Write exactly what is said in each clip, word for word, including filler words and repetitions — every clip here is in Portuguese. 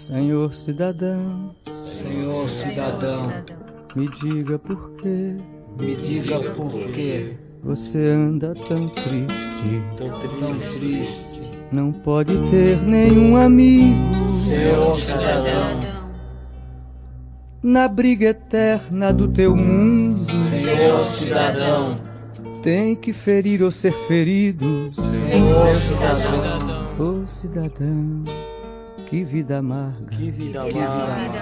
Senhor cidadão, Senhor cidadão, me diga por quê me diga por que você anda tão triste. tão triste. Não pode ter nenhum amigo Senhor cidadão, na briga eterna do teu mundo. Senhor cidadão, Tem que ferir ou ser ferido. Senhor cidadão, Ô cidadão, que vida amarga. que vida amarga.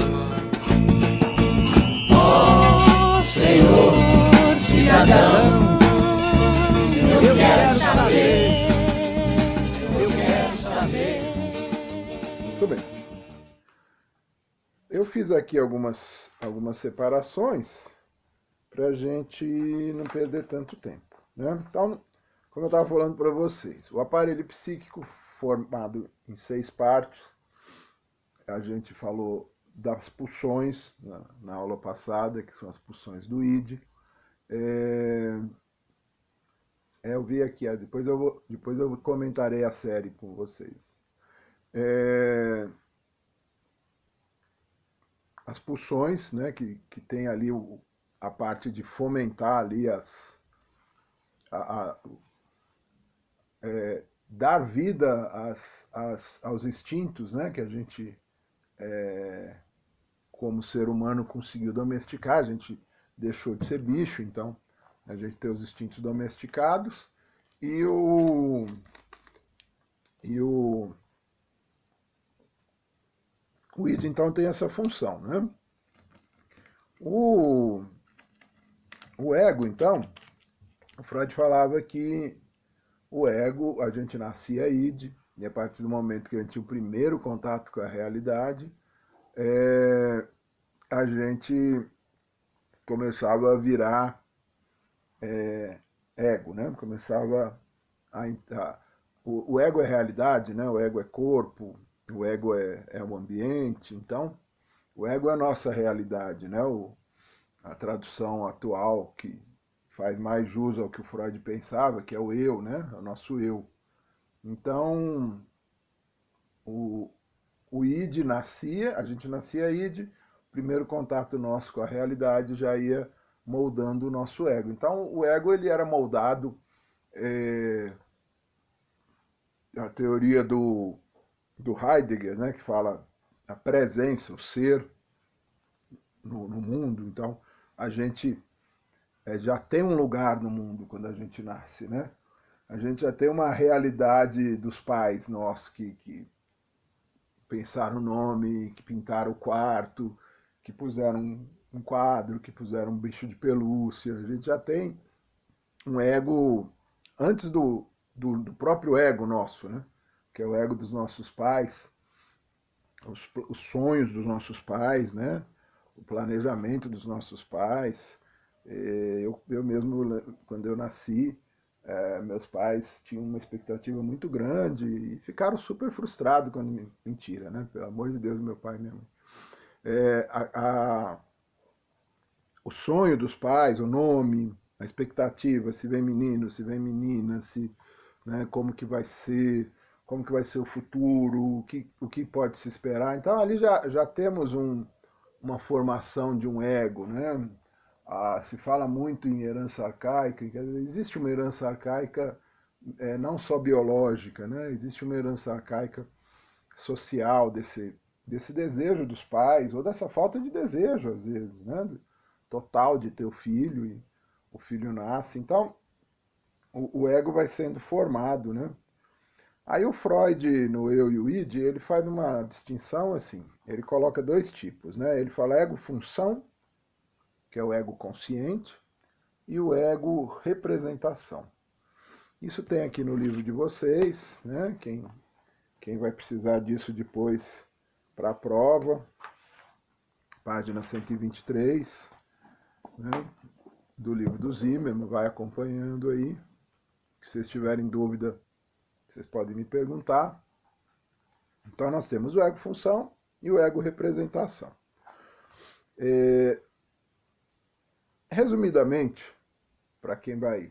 Oh, Senhor cidadão, eu quero saber, eu quero saber. Muito bem. Eu fiz aqui algumas, algumas separações para a gente não perder tanto tempo, né? Então, como eu estava falando para vocês, o aparelho psíquico formado em seis partes, a gente falou das pulsões na, na aula passada, que são as pulsões do id. É, é, eu vi aqui, depois eu, vou, depois eu comentarei a série com vocês. É, as pulsões, né, que, que tem ali o, a parte de fomentar ali as... A, a, é, dar vida às, às, aos instintos, né, que a gente, é, como ser humano, conseguiu domesticar. A gente deixou de ser bicho, então a gente tem os instintos domesticados, e o... E o O id, então, tem essa função, né? O, o ego, então, o Freud falava que o ego, a gente nascia id, e a partir do momento que a gente tinha o primeiro contato com a realidade, é, a gente começava a virar é, ego, né? Começava a, a o, o ego é realidade, né? O ego é corpo, o ego é, é o ambiente. Então, o ego é a nossa realidade, né? O, a tradução atual que faz mais jus ao que o Freud pensava, que é o eu, né? É o nosso eu. Então, o, o id nascia, a gente nascia id, o primeiro contato nosso com a realidade já ia moldando o nosso ego. Então, o ego ele era moldado, é, a teoria do, do Heidegger, né, que fala a presença, o ser no, no mundo. Então, a gente é, já tem um lugar no mundo quando a gente nasce, né? A gente já tem uma realidade dos pais nossos que, que pensaram o nome, que pintaram o quarto, que puseram um, um quadro, que puseram um bicho de pelúcia. A gente já tem um ego antes do, do, do próprio ego nosso, né? Que é o ego dos nossos pais, os, os sonhos dos nossos pais, né? O planejamento dos nossos pais. Eu, eu mesmo, quando eu nasci, é, meus pais tinham uma expectativa muito grande e ficaram super frustrados quando me... Mentira, né? Pelo amor de Deus, meu pai e minha mãe. É, a, a, o sonho dos pais, o nome, a expectativa, se vem menino, se vem menina, se, né, como que vai ser, como que vai ser o futuro, o que, o que pode se esperar. Então ali já, já temos um, uma formação de um ego, né? Ah, se fala muito em herança arcaica. Existe uma herança arcaica é, não só biológica, né? Existe uma herança arcaica social desse, desse desejo dos pais, ou dessa falta de desejo, às vezes, né? Total de ter o filho, e o filho nasce. Então, o, o ego vai sendo formado, né? Aí o Freud, no eu e o id, ele faz uma distinção assim, ele coloca dois tipos, né? Ele fala ego-função, que é o ego consciente, e o ego representação. Isso tem aqui no livro de vocês, né? Quem, quem vai precisar disso depois para a prova, página cento e vinte e três, né? Do livro do Zimmermann, vai acompanhando aí. Se vocês tiverem dúvida, vocês podem me perguntar. Então nós temos o ego-função e o ego-representação. É... Resumidamente, para quem vai,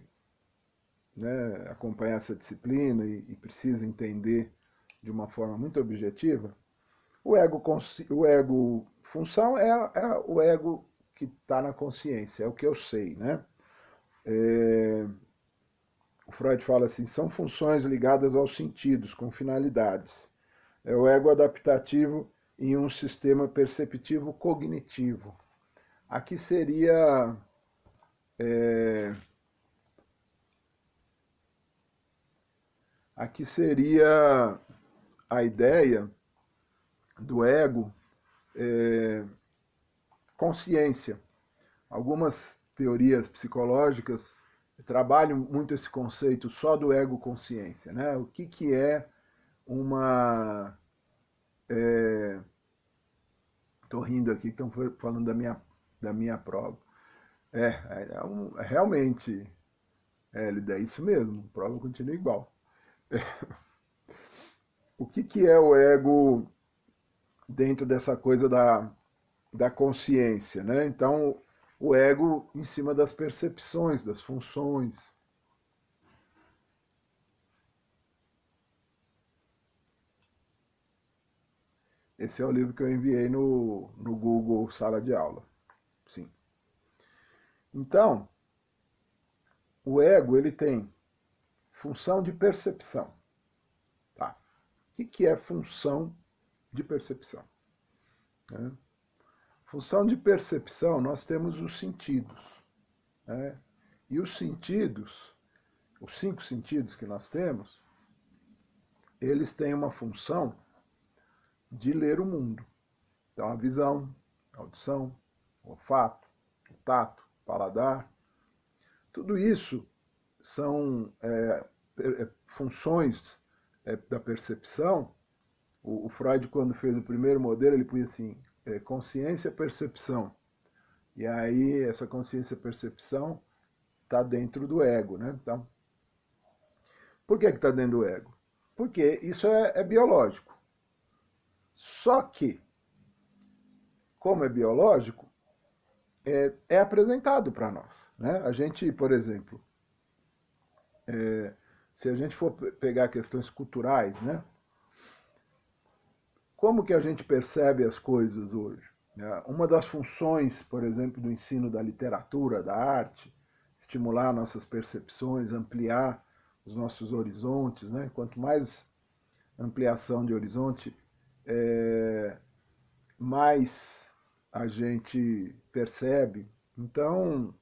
né, acompanhar essa disciplina e, e precisa entender de uma forma muito objetiva, O ego, o ego função é, é o ego que está na consciência, é o que eu sei, né? É, o Freud fala assim, são funções ligadas aos sentidos, com finalidades. É o ego adaptativo em um sistema perceptivo cognitivo. Aqui seria... É, aqui seria a ideia do ego é, consciência. Algumas teorias psicológicas trabalham muito esse conceito só do ego consciência, né? O que, que é uma... Estou é, rindo aqui, estão falando da minha, da minha prova. É, é, um, é realmente, é, é isso mesmo, a prova continua igual. É. O que, que é o ego dentro dessa coisa da, da consciência, né? Então, o ego em cima das percepções, das funções. Esse é o livro que eu enviei no, no Google Sala de Aula. Sim. Então, o ego ele tem função de percepção. Tá? O que, que é função de percepção? Né? Função de percepção, nós temos os sentidos. Né? E os sentidos, os cinco sentidos que nós temos, eles têm uma função de ler o mundo. Então, a visão, a audição, o olfato, o tato, o paladar, tudo isso são é, é, funções é, da percepção. O, o Freud, quando fez o primeiro modelo, ele pôs assim, é, consciência e percepção. E aí, essa consciência e percepção está dentro do ego, né? Então, por que está dentro do ego? Porque isso é, é biológico. Só que, como é biológico, é, é apresentado para nós. Né? A gente, por exemplo, é, se a gente for pegar questões culturais, né? Como que a gente percebe as coisas hoje? Uma das funções, por exemplo, do ensino da literatura, da arte, estimular nossas percepções, ampliar os nossos horizontes, né? Quanto mais ampliação de horizonte, é, mais a gente percebe. Então,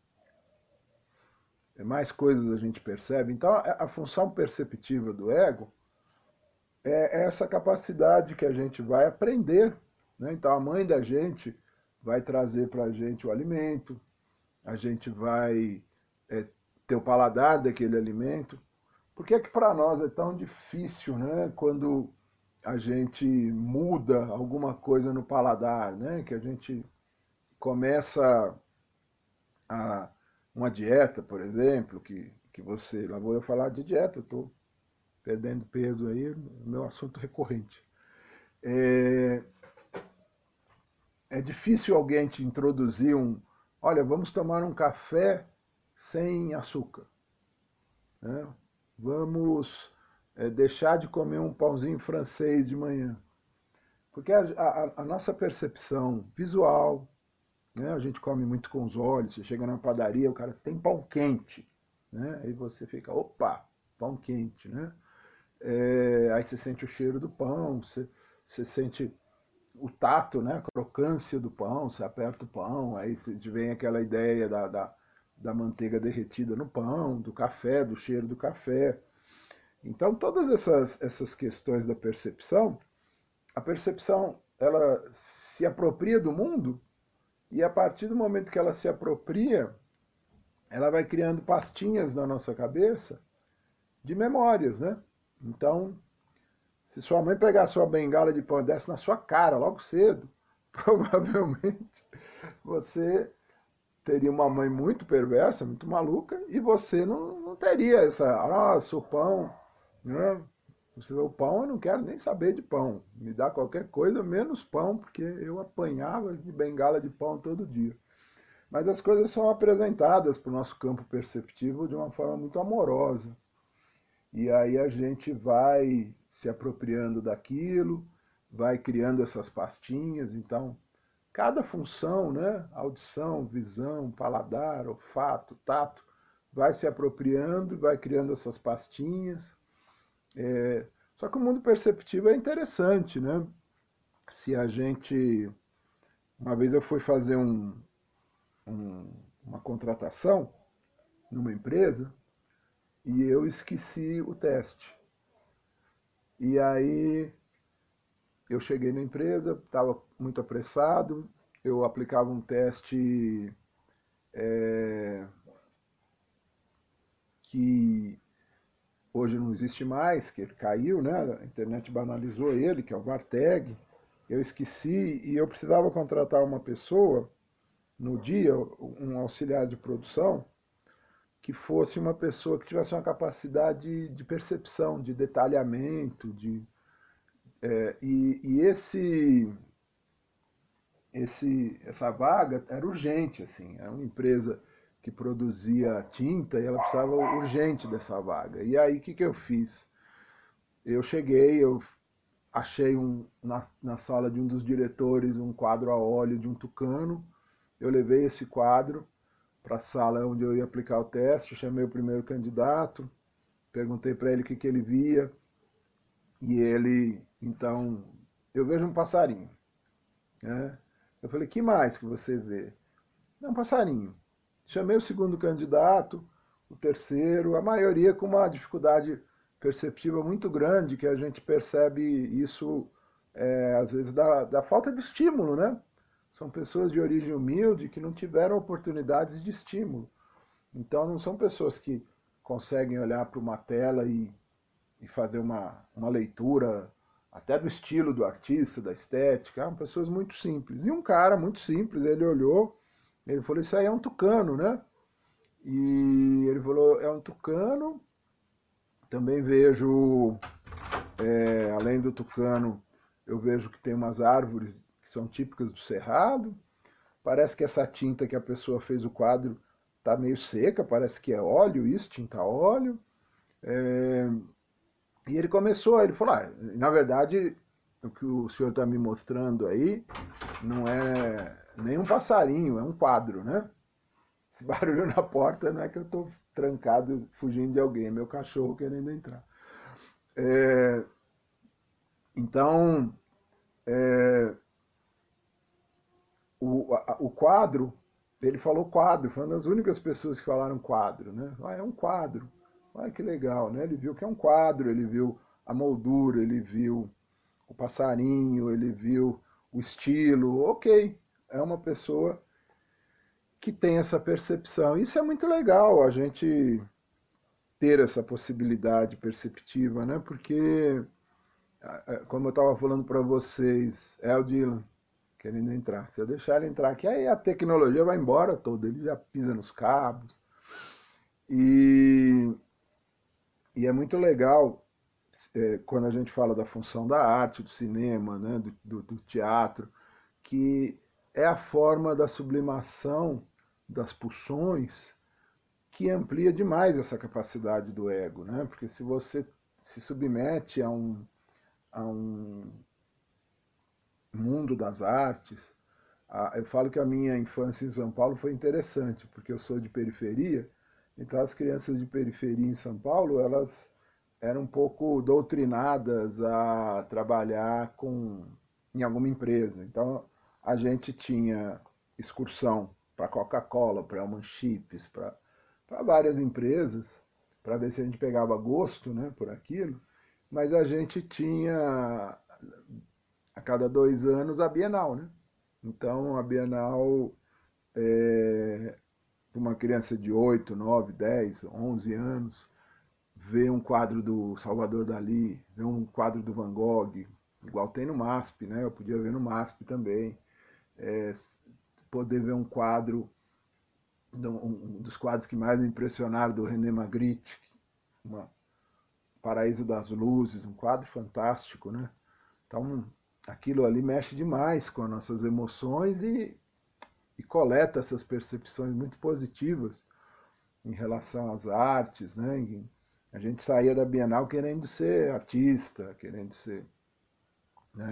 mais coisas a gente percebe. Então, a função perceptiva do ego é essa capacidade que a gente vai aprender. Né? Então, a mãe da gente vai trazer para a gente o alimento, a gente vai é, ter o paladar daquele alimento. Por que é que para nós é tão difícil, né, quando a gente muda alguma coisa no paladar, né, que a gente começa a, uma dieta, por exemplo, que, que você... Lá vou eu falar de dieta, estou perdendo peso aí, meu assunto recorrente. É, é difícil alguém te introduzir um... Olha, vamos tomar um café sem açúcar. Né? Vamos é, deixar de comer um pãozinho francês de manhã. Porque a, a, a nossa percepção visual, né? A gente come muito com os olhos, você chega na padaria, o cara tem pão quente. Né? Aí você fica, opa, pão quente. Né? É, aí você sente o cheiro do pão, você, você sente o tato, né? A crocância do pão, você aperta o pão, aí vem aquela ideia da... da da manteiga derretida no pão, do café, do cheiro do café. Então, todas essas, essas questões da percepção, a percepção, ela se apropria do mundo, e a partir do momento que ela se apropria, ela vai criando pastinhas na nossa cabeça de memórias, né? Então, se sua mãe pegar a sua bengala de pão e desse na sua cara logo cedo, provavelmente você teria uma mãe muito perversa, muito maluca, e você não, não teria essa, ah, sou pão, né? Você vê o pão, eu não quero nem saber de pão, me dá qualquer coisa, menos pão, porque eu apanhava de bengala de pão todo dia. Mas as coisas são apresentadas para o nosso campo perceptivo de uma forma muito amorosa, e aí a gente vai se apropriando daquilo, vai criando essas pastinhas. Então, cada função, né, audição, visão, paladar, olfato, tato, vai se apropriando e vai criando essas pastinhas. É, só que o mundo perceptivo é interessante, né? Se a gente... Uma vez eu fui fazer um, um, uma contratação numa empresa e eu esqueci o teste. E aí eu cheguei na empresa, estava muito apressado, eu aplicava um teste é, que hoje não existe mais, que ele caiu, né? A internet banalizou ele, que é o Varteg. Eu esqueci e eu precisava contratar uma pessoa no dia, um auxiliar de produção, que fosse uma pessoa que tivesse uma capacidade de percepção, de detalhamento, de, é, e, e esse, esse, essa vaga era urgente, assim, era uma empresa que produzia tinta e ela precisava urgente dessa vaga. E aí o que, que eu fiz? Eu cheguei, eu achei um, na, na sala de um dos diretores um quadro a óleo de um tucano, eu levei esse quadro para a sala onde eu ia aplicar o teste, chamei o primeiro candidato, perguntei para ele o que, que ele via, e ele, então, eu vejo um passarinho. Né? Eu falei, que mais que você vê? Não, um passarinho. Chamei o segundo candidato, o terceiro, a maioria com uma dificuldade perceptiva muito grande, que a gente percebe isso, é, às vezes, da, da falta de estímulo, né? São pessoas de origem humilde que não tiveram oportunidades de estímulo. Então, não são pessoas que conseguem olhar para uma tela e, e fazer uma, uma leitura até do estilo do artista, da estética. São pessoas muito simples. E um cara muito simples, ele olhou, ele falou, isso aí é um tucano, né? E ele falou, é um tucano. Também vejo, é, além do tucano, eu vejo que tem umas árvores que são típicas do Cerrado. Parece que essa tinta que a pessoa fez o quadro está meio seca, parece que é óleo isso, tinta óleo. É... E ele começou, ele falou, ah, na verdade, o que o senhor está me mostrando aí não é nem um passarinho, é um quadro, né? Esse barulho na porta não é que eu estou trancado fugindo de alguém, é meu cachorro querendo entrar. É... Então, é... O, a, o quadro, ele falou quadro, foi uma das únicas pessoas que falaram quadro, né? Ah, é um quadro. Olha que legal, né? Ele viu que é um quadro, ele viu a moldura, ele viu o passarinho, ele viu o estilo. Ok, é uma pessoa que tem essa percepção. Isso é muito legal, a gente ter essa possibilidade perceptiva, né? Porque, como eu estava falando para vocês, é o Dylan querendo entrar. Se eu deixar ele entrar aqui, aí a tecnologia vai embora toda, ele já pisa nos cabos. E, e é muito legal é, quando a gente fala da função da arte, do cinema, né, do, do, do teatro, que é a forma da sublimação das pulsões que amplia demais essa capacidade do ego, né? Porque se você se submete a um, a um mundo das artes. Eu falo que a minha infância em São Paulo foi interessante, porque eu sou de periferia, então as crianças de periferia em São Paulo, elas eram um pouco doutrinadas a trabalhar com, em alguma empresa. Então a gente tinha excursão para Coca-Cola, para Elman Chips, para várias empresas, para ver se a gente pegava gosto, né, por aquilo, mas a gente tinha a cada dois anos a Bienal, né? Então a Bienal, é, para uma criança de oito, nove, dez, onze anos, ver um quadro do Salvador Dalí, ver um quadro do Van Gogh, igual tem no MASP, né? Eu podia ver no MASP também, é, poder ver um quadro, um dos quadros que mais me impressionaram, do René Magritte, uma Paraíso das Luzes, um quadro fantástico, né? Então aquilo ali mexe demais com as nossas emoções e, e coleta essas percepções muito positivas em relação às artes, né? E a gente saía da Bienal querendo ser artista, querendo ser, né,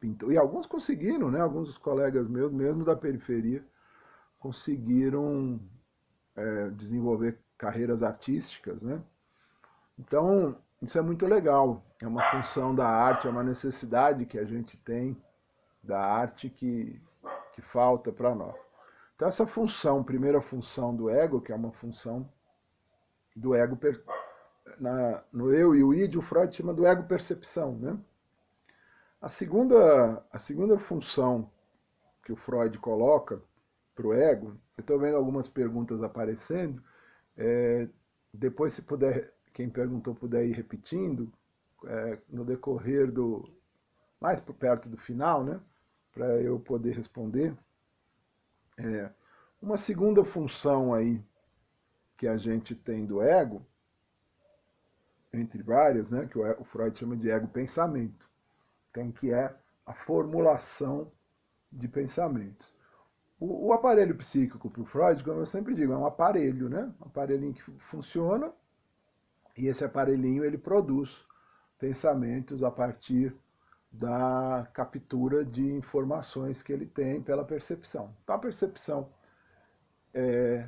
pintou. E alguns conseguiram, né? Alguns dos colegas meus, mesmo da periferia, conseguiram é, desenvolver carreiras artísticas, né? Então, isso é muito legal. É uma função da arte, é uma necessidade que a gente tem da arte que, que falta para nós. Então, essa função, primeira função do ego, que é uma função do ego, na, no eu e o id, o Freud chama do ego-percepção, né? A segunda, a segunda função que o Freud coloca para o ego, eu estou vendo algumas perguntas aparecendo, é, depois se puder, quem perguntou puder ir repetindo, é, no decorrer do, mais por perto do final, né, para eu poder responder. É, uma segunda função aí que a gente tem do ego, entre várias, né, que o Freud chama de ego-pensamento, então, que é a formulação de pensamentos. O, o aparelho psíquico para o Freud, como eu sempre digo, é um aparelho, né? Um aparelhinho que funciona, e esse aparelhinho ele produz pensamentos a partir da captura de informações que ele tem pela percepção. Então a percepção é,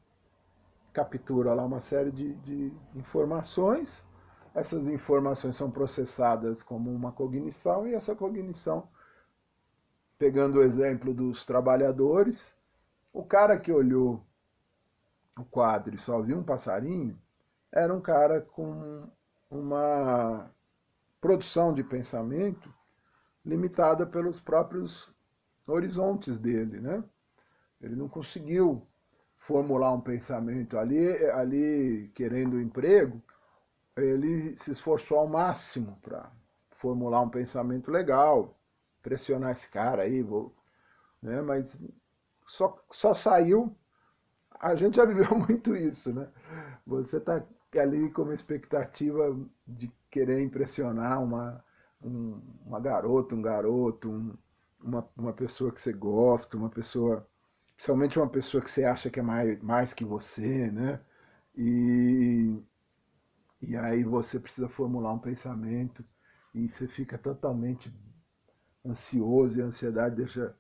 captura lá uma série de, de informações, essas informações são processadas como uma cognição, e essa cognição, pegando o exemplo dos trabalhadores, o cara que olhou o quadro e só viu um passarinho, era um cara com uma produção de pensamento limitada pelos próprios horizontes dele, né? Ele não conseguiu formular um pensamento ali, ali querendo um emprego, ele se esforçou ao máximo para formular um pensamento legal, pressionar esse cara aí, vou, né? Mas só, só saiu, a gente já viveu muito isso, né? Você está ali com uma expectativa de querer impressionar uma, um, uma garota, um garoto, um, uma, uma pessoa que você gosta, uma pessoa, principalmente uma pessoa que você acha que é mais, mais que você, né? E, e aí você precisa formular um pensamento e você fica totalmente ansioso, e a ansiedade deixa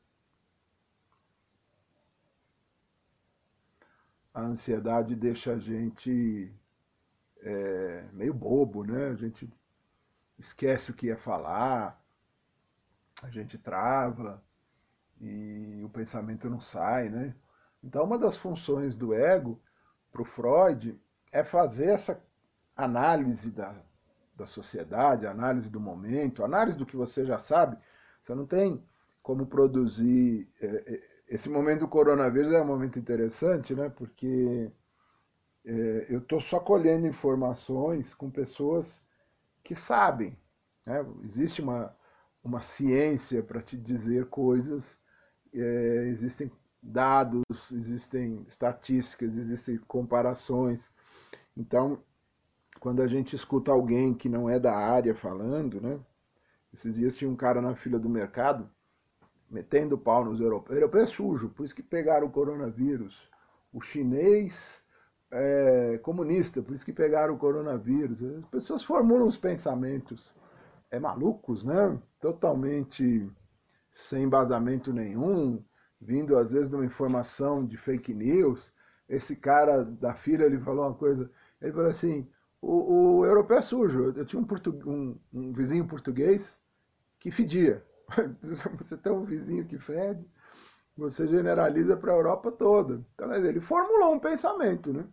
a ansiedade deixa a gente é, meio bobo, né? A gente esquece o que ia falar, a gente trava e o pensamento não sai, né? Então, uma das funções do ego para o Freud é fazer essa análise da, da sociedade, análise do momento, análise do que você já sabe. Você não tem como produzir... É, esse momento do coronavírus é um momento interessante, né? Porque é, eu estou só colhendo informações com pessoas que sabem, né? Existe uma, uma ciência para te dizer coisas, é, existem dados, existem estatísticas, existem comparações. Então, quando a gente escuta alguém que não é da área falando, né? Esses dias tinha um cara na fila do mercado metendo pau nos europeus. O europeu é sujo, por isso que pegaram o coronavírus. O chinês é comunista, por isso que pegaram o coronavírus. As pessoas formulam os pensamentos é malucos, né? Totalmente sem embasamento nenhum, vindo às vezes de uma informação de fake news. Esse cara da fila, ele falou uma coisa, ele falou assim, o, o europeu é sujo. Eu tinha um, portu, um, um vizinho português que fedia. Você tem um vizinho que fede, você generaliza para a Europa toda. Então, ele formulou um pensamento, né?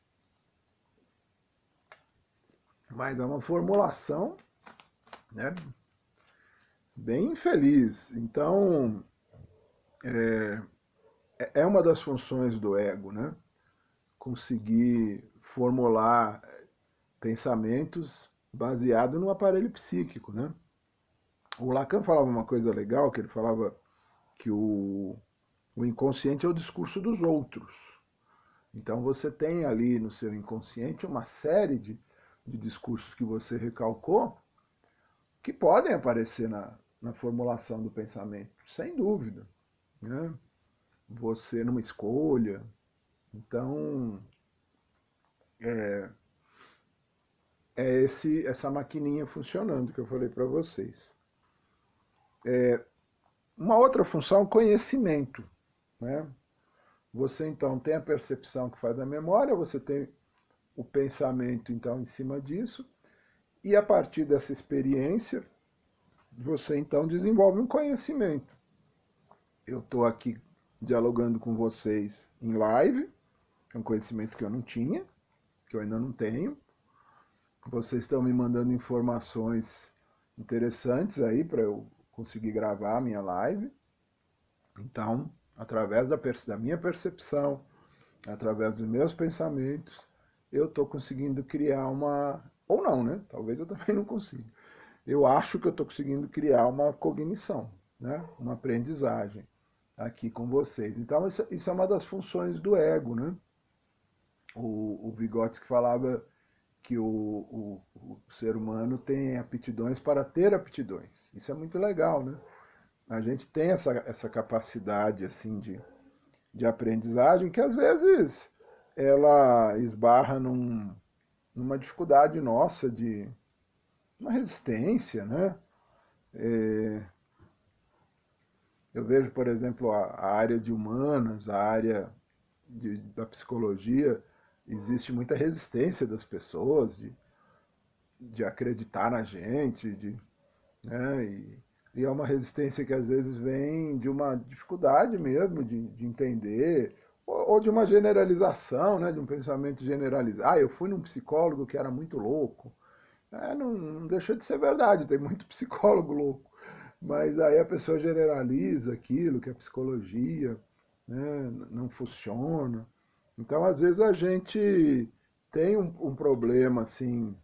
Mas é uma formulação, né, bem infeliz. Então, é, é uma das funções do ego, né? Conseguir formular pensamentos baseado no aparelho psíquico, né? O Lacan falava uma coisa legal, que ele falava que o, o inconsciente é o discurso dos outros. Então você tem ali no seu inconsciente uma série de, de discursos que você recalcou que podem aparecer na, na formulação do pensamento, sem dúvida, né? Você numa escolha. Então, é, é esse, essa maquininha funcionando que eu falei para vocês. É, uma outra função é o conhecimento, né? Você, então, tem a percepção que faz a memória, você tem o pensamento, então, em cima disso, e a partir dessa experiência, você, então, desenvolve um conhecimento. Eu estou aqui dialogando com vocês em live, é um conhecimento que eu não tinha, que eu ainda não tenho. Vocês estão me mandando informações interessantes aí para eu conseguir gravar a minha live. Então, através da, da minha percepção, através dos meus pensamentos, eu estou conseguindo criar uma... Ou não, né? Talvez eu também não consiga. Eu acho que eu estou conseguindo criar uma cognição, né? Uma aprendizagem aqui com vocês. Então, isso, isso é uma das funções do ego, né? O, o Vygotsky falava que o, o, o ser humano tem aptidões para ter aptidões. Isso é muito legal, né? A gente tem essa, essa capacidade assim de, de aprendizagem que às vezes ela esbarra num, numa dificuldade nossa, de uma resistência, né? É, eu vejo, por exemplo, a, a área de humanas, a área de, da psicologia, existe muita resistência das pessoas de, de acreditar na gente, de, né? E, e é uma resistência que às vezes vem de uma dificuldade mesmo de, de entender, ou, ou de uma generalização, né? De um pensamento generalizado. Ah, eu fui num psicólogo que era muito louco. É, não, não deixa de ser verdade, tem muito psicólogo louco. Mas aí a pessoa generaliza aquilo, que a psicologia, né, não funciona. Então, às vezes, a gente tem um, um problema assim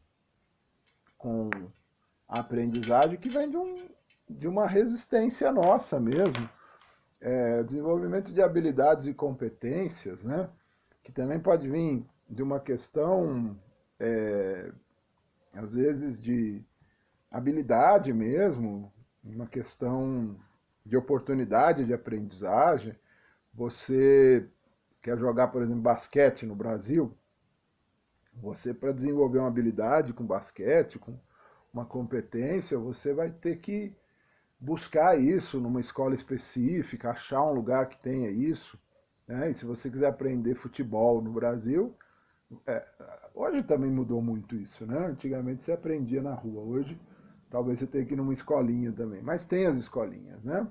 com a aprendizagem que vem de, um, de uma resistência nossa mesmo. É, desenvolvimento de habilidades e competências, né, que também pode vir de uma questão, é, às vezes, de habilidade mesmo, uma questão de oportunidade de aprendizagem. Você quer jogar, por exemplo, basquete no Brasil, você, para desenvolver uma habilidade com basquete, com uma competência, você vai ter que buscar isso numa escola específica, achar um lugar que tenha isso, né? E se você quiser aprender futebol no Brasil, é, hoje também mudou muito isso, né? Antigamente você aprendia na rua, hoje talvez você tenha que ir numa escolinha também, mas tem as escolinhas, né?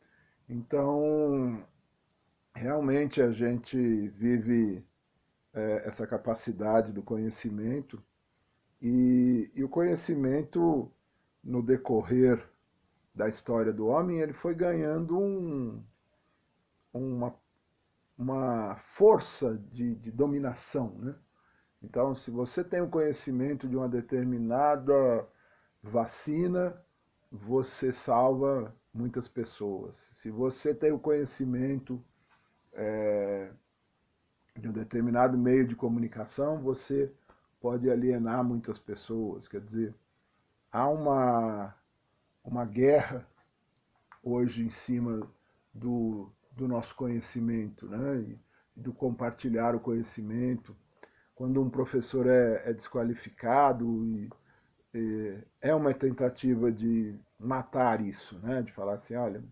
Então, realmente a gente vive é, essa capacidade do conhecimento e, e o conhecimento, no decorrer da história do homem, ele foi ganhando um, uma, uma força de, de dominação, né? Então, se você tem o conhecimento de uma determinada vacina, você salva muitas pessoas. Se você tem o conhecimento é, de um determinado meio de comunicação, você pode alienar muitas pessoas. Quer dizer, há uma, uma guerra hoje em cima do, do nosso conhecimento, né? E do compartilhar o conhecimento. Quando um professor é, é desqualificado, e, e é uma tentativa de matar isso, né? De falar assim, olha,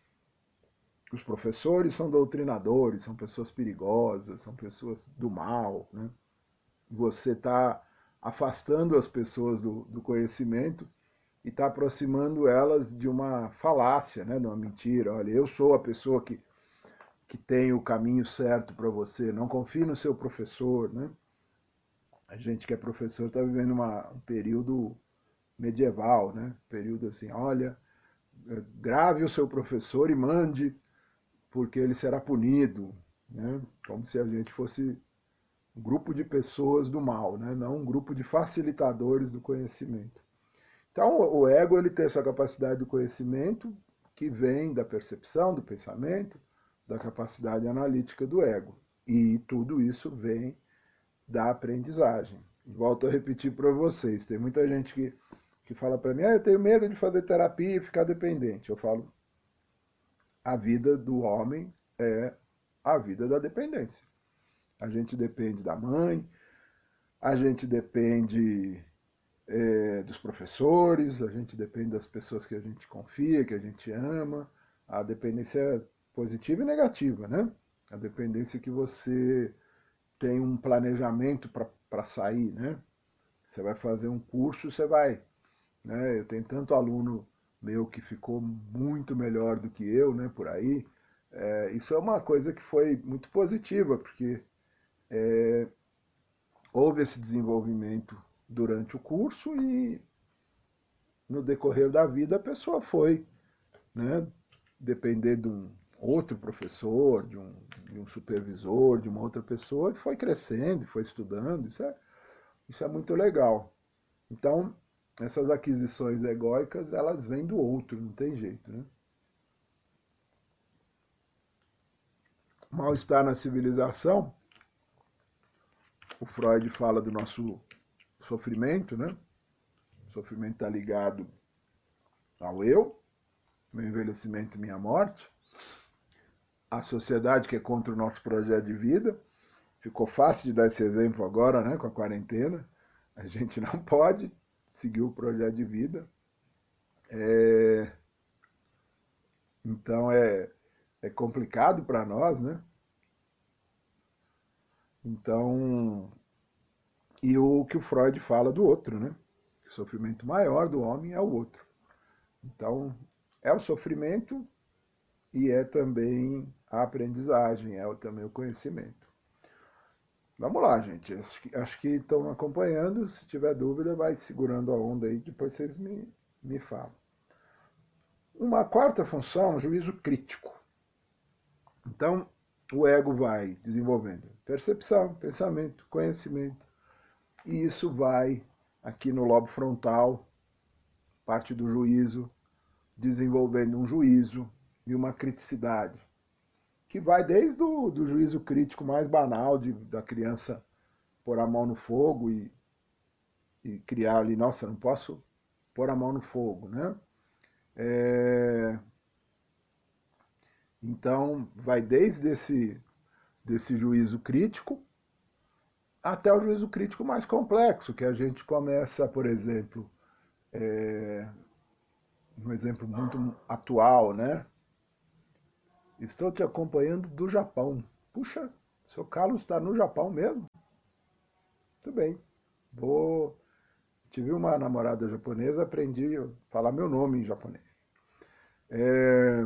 os professores são doutrinadores, são pessoas perigosas, são pessoas do mal, né? Você está afastando as pessoas do, do conhecimento e está aproximando elas de uma falácia, né? De uma mentira. Olha, eu sou a pessoa que, que tem o caminho certo para você, não confie no seu professor, né? A gente que é professor está vivendo uma, um período medieval, né? Período assim, olha, grave o seu professor e mande, porque ele será punido, né? Como se a gente fosse um grupo de pessoas do mal, né? Não um grupo de facilitadores do conhecimento. Então, o ego ele tem essa capacidade do conhecimento que vem da percepção, do pensamento, da capacidade analítica do ego. E tudo isso vem da aprendizagem. Volto a repetir para vocês, tem muita gente que, que fala para mim, ah, eu tenho medo de fazer terapia e ficar dependente. Eu falo, a vida do homem é a vida da dependência. A gente depende da mãe, a gente depende é, dos professores, a gente depende das pessoas que a gente confia, que a gente ama. A dependência é positiva e negativa, né? A dependência que você tem um planejamento para sair, né? Você vai fazer um curso, você vai, né? Eu tenho tanto aluno meu que ficou muito melhor do que eu, né? Por aí. É, isso é uma coisa que foi muito positiva, porque é, houve esse desenvolvimento durante o curso e no decorrer da vida a pessoa foi, né? Depender de um outro professor, de um, de um supervisor, de uma outra pessoa, e foi crescendo, foi estudando. Isso é, isso é muito legal. Então, essas aquisições egóicas, elas vêm do outro, não tem jeito, né? Mal-estar na civilização, o Freud fala do nosso sofrimento, né? O sofrimento está ligado ao eu, meu envelhecimento e minha morte. A sociedade que é contra o nosso projeto de vida. Ficou fácil de dar esse exemplo agora, né, com a quarentena. A gente não pode seguir o projeto de vida. É... Então é, é complicado para nós, né? Então, e o que o Freud fala do outro, né? O sofrimento maior do homem é o outro. Então, é o sofrimento e é também a aprendizagem, é também o conhecimento. Vamos lá, gente. Acho que, acho que estão acompanhando. Se tiver dúvida, vai segurando a onda aí, depois vocês me, me falam. Uma quarta função, o juízo crítico. Então, o ego vai desenvolvendo percepção, pensamento, conhecimento. E isso vai aqui no lobo frontal, parte do juízo, desenvolvendo um juízo e uma criticidade, que vai desde o do juízo crítico mais banal, de, da criança pôr a mão no fogo e, e criar ali, nossa, não posso pôr a mão no fogo, né? É... Então, vai desde esse, desse juízo crítico até o juízo crítico mais complexo, que a gente começa, por exemplo, é... um exemplo muito atual, né? Estou te acompanhando do Japão. Puxa, seu Carlos está no Japão mesmo? Muito bem. Vou... Tive uma namorada japonesa, aprendi a falar meu nome em japonês. É...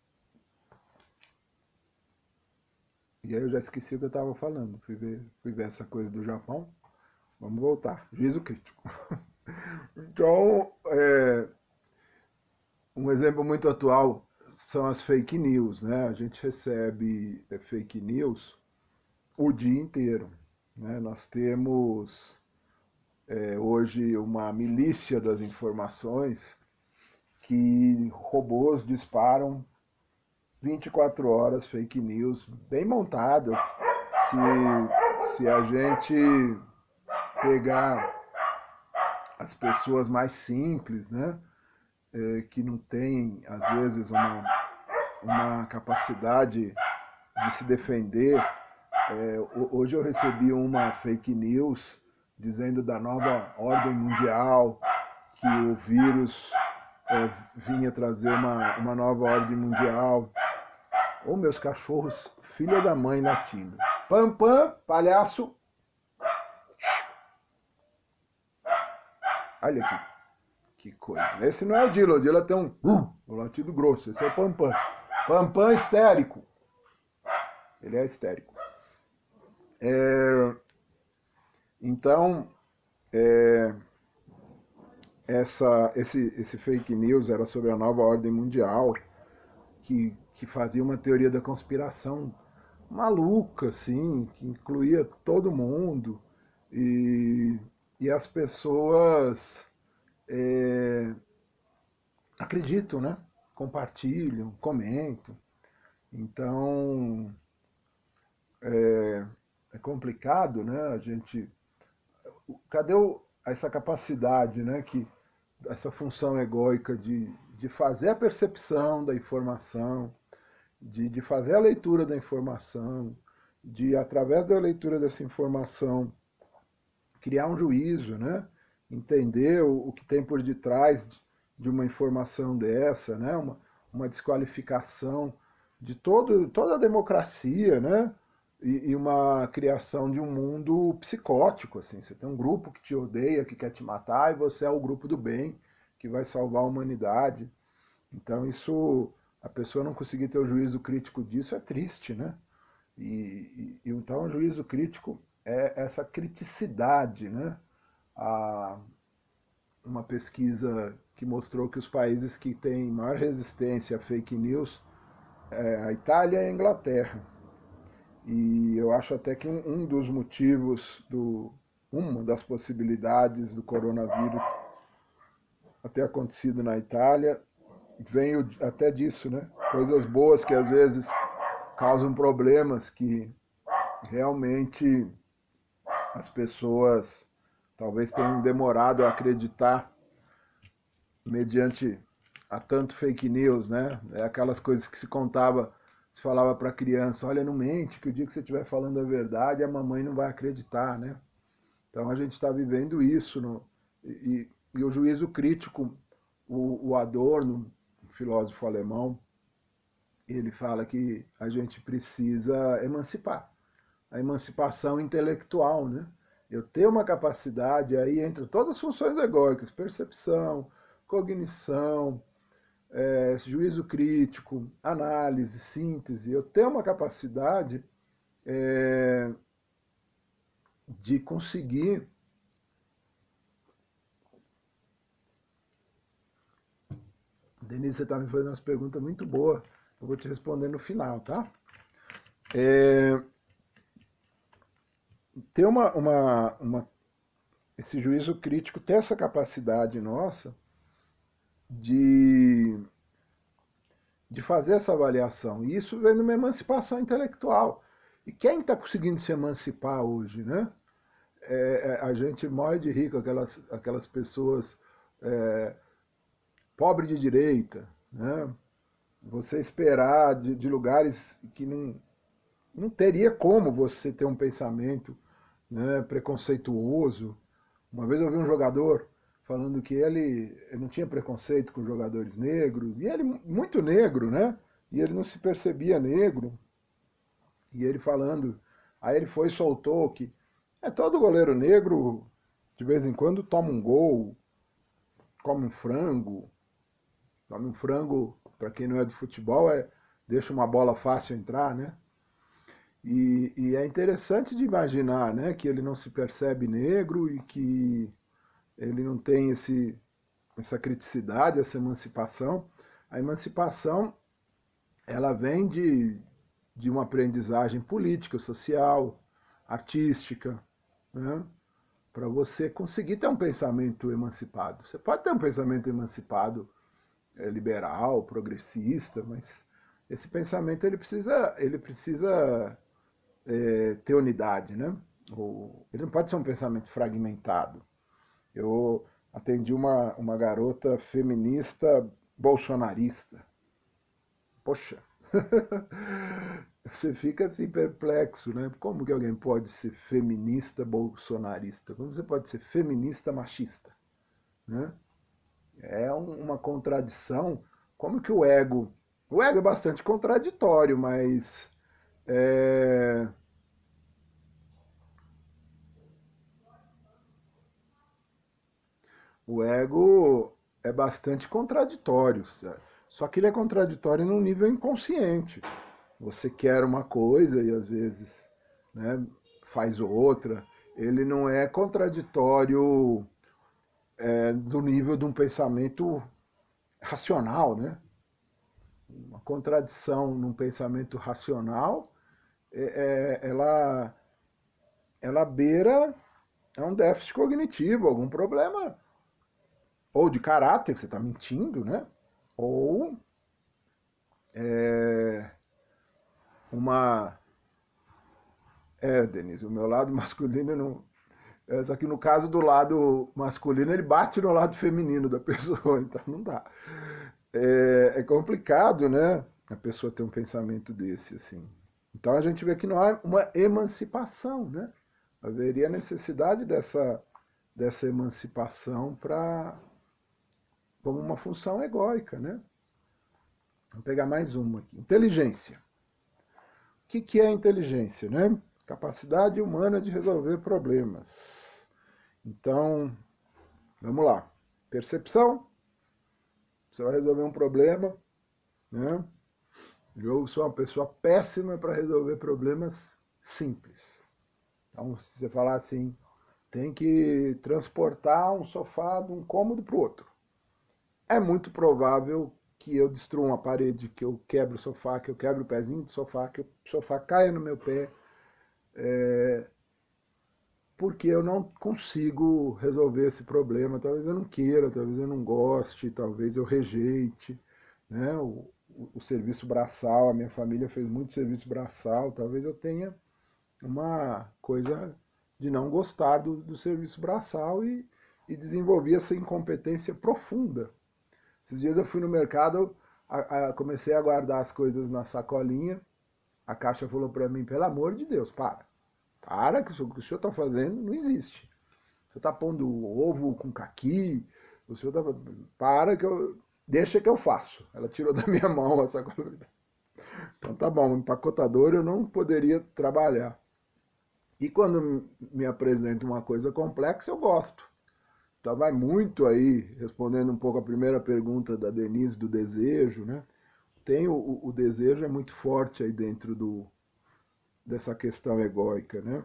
E aí eu já esqueci o que eu estava falando. Fui ver, fui ver essa coisa do Japão. Vamos voltar. Juízo crítico. Então, é... um exemplo muito atual são as fake news, né? A gente recebe fake news o dia inteiro, né? Nós temos é, hoje uma milícia das informações que robôs disparam vinte e quatro horas fake news bem montadas. Se, se a gente pegar as pessoas mais simples, né? É, que não têm, às vezes, uma, uma capacidade de se defender. É, hoje eu recebi uma fake news dizendo da nova ordem mundial, que o vírus é, vinha trazer uma, uma nova ordem mundial. Ô, oh, meus cachorros, filha da mãe latindo. Pam, pam, palhaço. Olha aqui. Que coisa. Esse não é o Dila, o Dila tem um uh, um latido grosso. Esse é o Pampam. Pampam histérico. Ele é histérico. É... Então, é... Essa, esse, esse fake news era sobre a nova ordem mundial, que, que fazia uma teoria da conspiração maluca, assim, que incluía todo mundo. E, e as pessoas... É, acreditam, né? Compartilham, comentam. Então é, é complicado, né? A gente, cadê o, essa capacidade, né? Que essa função egóica de, de fazer a percepção da informação, de, de fazer a leitura da informação, de através da leitura dessa informação criar um juízo, né? entender o, o que tem por detrás de uma informação dessa, né? Uma, uma desqualificação de todo, toda a democracia, né? E, e uma criação de um mundo psicótico, assim. Você tem um grupo que te odeia, que quer te matar, e você é o grupo do bem, que vai salvar a humanidade. Então isso, a pessoa não conseguir ter o juízo crítico disso é triste, né? E, e então o juízo crítico é essa criticidade, né? A, uma pesquisa que mostrou que os países que têm maior resistência a fake news é a Itália e a Inglaterra. E eu acho até que um, um dos motivos, do, uma das possibilidades do coronavírus ter acontecido na Itália veio até disso, né? Coisas boas que às vezes causam problemas que realmente as pessoas talvez tenham demorado a acreditar mediante a tanto fake news, né? É aquelas coisas que se contava, se falava para a criança, olha, não mente, que o dia que você estiver falando a verdade, a mamãe não vai acreditar, né? Então a gente está vivendo isso. No, e, e o juízo crítico, o, o Adorno, um filósofo alemão, ele fala que a gente precisa emancipar. A emancipação intelectual, né? Eu ter uma capacidade, aí entre todas as funções egóicas, percepção, cognição, é, juízo crítico, análise, síntese, eu ter uma capacidade é, de conseguir Denise, você está me fazendo umas perguntas muito boas, eu vou te responder no final, tá? É, ter uma, uma, uma, esse juízo crítico, ter essa capacidade nossa de, de fazer essa avaliação. E isso vem de uma emancipação intelectual. E quem está conseguindo se emancipar hoje, né? É, a gente morre de rir com aquelas, aquelas pessoas é, pobres de direita, né? Você esperar de, de lugares que não, não teria como você ter um pensamento, né, preconceituoso. Uma vez eu vi um jogador falando que ele, ele não tinha preconceito com jogadores negros, e ele muito negro, né? E ele não se percebia negro. E ele falando, aí ele foi e soltou que é, todo goleiro negro de vez em quando toma um gol, come um frango. Come um frango, para quem não é do futebol, é deixa uma bola fácil entrar, né? E, e é interessante de imaginar, né, que ele não se percebe negro e que ele não tem esse, essa criticidade, essa emancipação. A emancipação, ela vem de, de uma aprendizagem política, social, artística, né? Para você conseguir ter um pensamento emancipado. Você pode ter um pensamento emancipado é, liberal, progressista, mas esse pensamento ele precisa, ele precisa é, ter unidade, né? Ou, ele não pode ser um pensamento fragmentado. Eu atendi uma, uma garota feminista bolsonarista. Poxa, você fica assim perplexo, né? Como que alguém pode ser feminista bolsonarista? Como você pode ser feminista machista, né? É um, uma contradição. Como que o ego... O ego é bastante contraditório, mas... É... O ego é bastante contraditório, certo? Só que ele é contraditório num nível inconsciente. Você quer uma coisa e às vezes, né, faz outra. Ele não é contraditório é, do nível de um pensamento racional, né? Uma contradição num pensamento racional, é, é, ela, ela beira é um déficit cognitivo, algum problema, ou de caráter, você está mentindo, né? Ou é, uma... É, Denise, o meu lado masculino não... É, só que no caso do lado masculino, ele bate no lado feminino da pessoa, então não dá. É, é complicado, né? A pessoa ter um pensamento desse, assim. Então a gente vê que não há uma emancipação, né? Haveria necessidade dessa, dessa emancipação para como uma função egóica, né? Vou pegar mais uma aqui. Inteligência. O que, que é inteligência, né? Capacidade humana de resolver problemas. Então, vamos lá. Percepção. Você vai resolver um problema, né? Eu sou uma pessoa péssima para resolver problemas simples. Então, se você falar assim, tem que transportar um sofá de um cômodo para o outro. É muito provável que eu destrua uma parede, que eu quebre o sofá, que eu quebre o pezinho do sofá, que o sofá caia no meu pé, é, porque eu não consigo resolver esse problema. Talvez eu não queira, talvez eu não goste, talvez eu rejeite, né? O, o, o serviço braçal, a minha família fez muito serviço braçal, talvez eu tenha uma coisa de não gostar do, do serviço braçal e, e desenvolvi essa incompetência profunda. Esses dias eu fui no mercado, a, a, comecei a guardar as coisas na sacolinha, a caixa falou para mim, pelo amor de Deus, para. Para, que o que o senhor está fazendo não existe. O senhor está pondo ovo com caqui, o senhor está... Para, que eu... deixa que eu faço. Ela tirou da minha mão a sacola. Então tá bom, empacotador eu não poderia trabalhar. E quando me apresenta uma coisa complexa, eu gosto. Então vai muito aí, respondendo um pouco a primeira pergunta da Denise do desejo, né? Tem o, o desejo é muito forte aí dentro do, dessa questão egóica, né?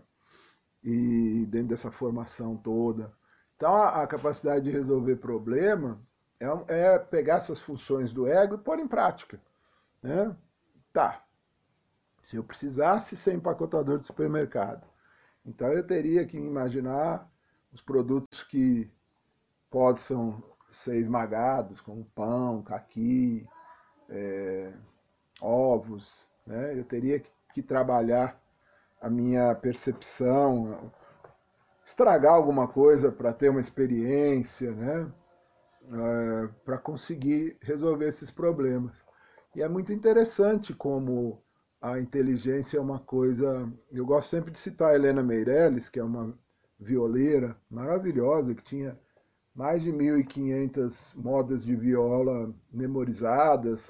E dentro dessa formação toda. Então a, a capacidade de resolver problema é, é pegar essas funções do ego e pôr em prática, né? Tá, se eu precisasse ser empacotador de supermercado, então eu teria que imaginar os produtos que possam ser esmagados, como pão, caqui, é, ovos, né? Eu teria que, que trabalhar a minha percepção, estragar alguma coisa para ter uma experiência, né? É, para conseguir resolver esses problemas. E é muito interessante como a inteligência é uma coisa... Eu gosto sempre de citar a Helena Meirelles, que é uma violeira maravilhosa, que tinha mais de mil e quinhentas modas de viola memorizadas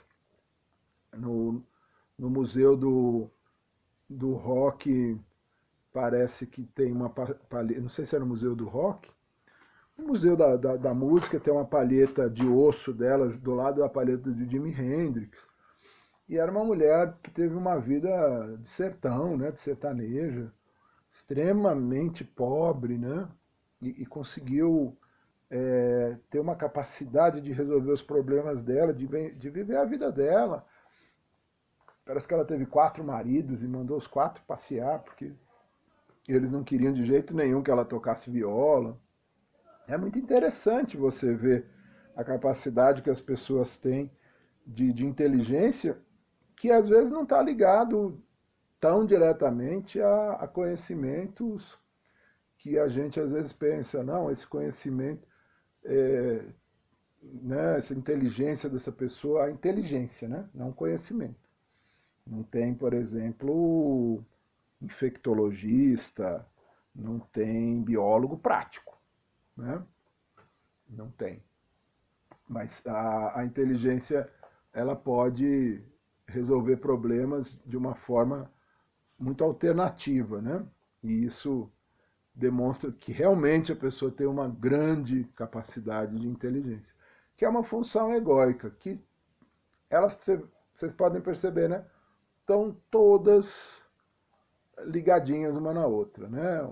no, no Museu do, do Rock. Parece que tem uma palheta, não sei se era no Museu do Rock, no Museu da, da, da Música tem uma palheta de osso dela do lado da palheta de Jimi Hendrix. E era uma mulher que teve uma vida de sertão, né, de sertaneja, extremamente pobre, né, e, e conseguiu é, ter uma capacidade de resolver os problemas dela, de, de viver a vida dela. Parece que ela teve quatro maridos e mandou os quatro passear, porque eles não queriam de jeito nenhum que ela tocasse viola. É muito interessante você ver a capacidade que as pessoas têm de, de inteligência, que às vezes não está ligado tão diretamente a, a conhecimentos que a gente às vezes pensa, não, esse conhecimento, é, né, essa inteligência dessa pessoa, a inteligência, né, não conhecimento. Não tem, por exemplo, infectologista, não tem biólogo prático, né? Não tem. Mas a, a inteligência, ela pode resolver problemas de uma forma muito alternativa, né? E isso demonstra que realmente a pessoa tem uma grande capacidade de inteligência, que é uma função egóica, que elas, vocês podem perceber, né? Estão todas ligadinhas uma na outra, né?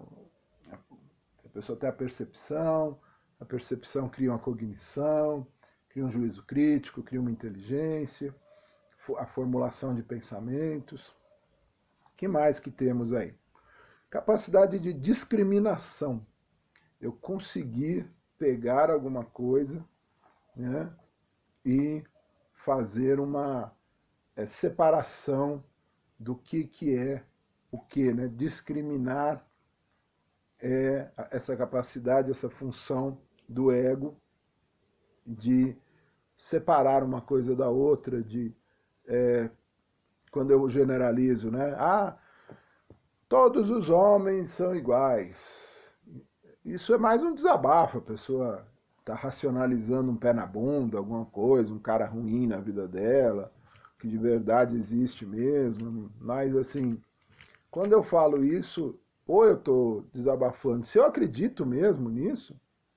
A pessoa tem a percepção, a percepção cria uma cognição, cria um juízo crítico, cria uma inteligência, a formulação de pensamentos. O que mais que temos aí? Capacidade de discriminação. Eu conseguir pegar alguma coisa, né, e fazer uma é, separação do que, que é o que, né? Discriminar é essa capacidade, essa função do ego de separar uma coisa da outra, de é, quando eu generalizo, né? Ah, todos os homens são iguais. isso é mais um desabafo, a pessoa está racionalizando um pé na bunda, alguma coisa, um cara ruim na vida dela, que de verdade existe mesmo, mas assim, quando eu falo isso, ou eu estou desabafando, se eu acredito mesmo nisso,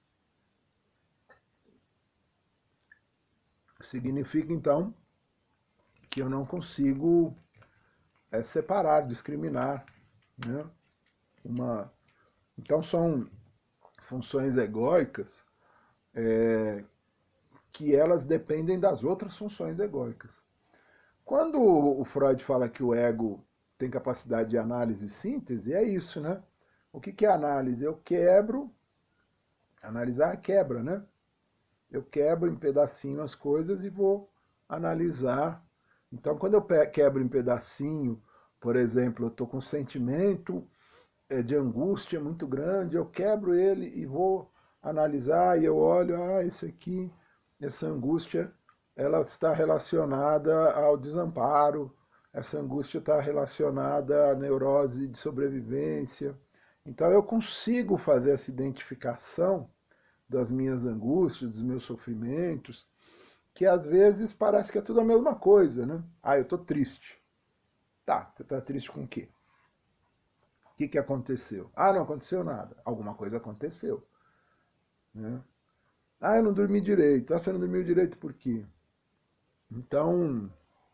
significa então que eu não consigo é, separar, discriminar, né? Uma... Então são funções egóicas é, que elas dependem das outras funções egóicas. Quando o Freud fala que o ego tem capacidade de análise e síntese, é isso, né? O que, que é análise? Eu quebro, analisar é quebra, né? Eu quebro em pedacinho as coisas e vou analisar. Então, quando eu quebro em pedacinho, por exemplo, eu estou com um sentimento de angústia muito grande, eu quebro ele e vou analisar, e eu olho, ah, esse aqui, essa angústia, ela está relacionada ao desamparo, essa angústia está relacionada à neurose de sobrevivência. Então eu consigo fazer essa identificação das minhas angústias, dos meus sofrimentos, que às vezes parece que é tudo a mesma coisa, né? Ah, eu estou triste. Tá, você está triste com o quê? O que, que aconteceu? Ah, não aconteceu nada. Alguma coisa aconteceu. Né? Ah, eu não dormi direito. Ah, você não dormiu direito por quê? Então,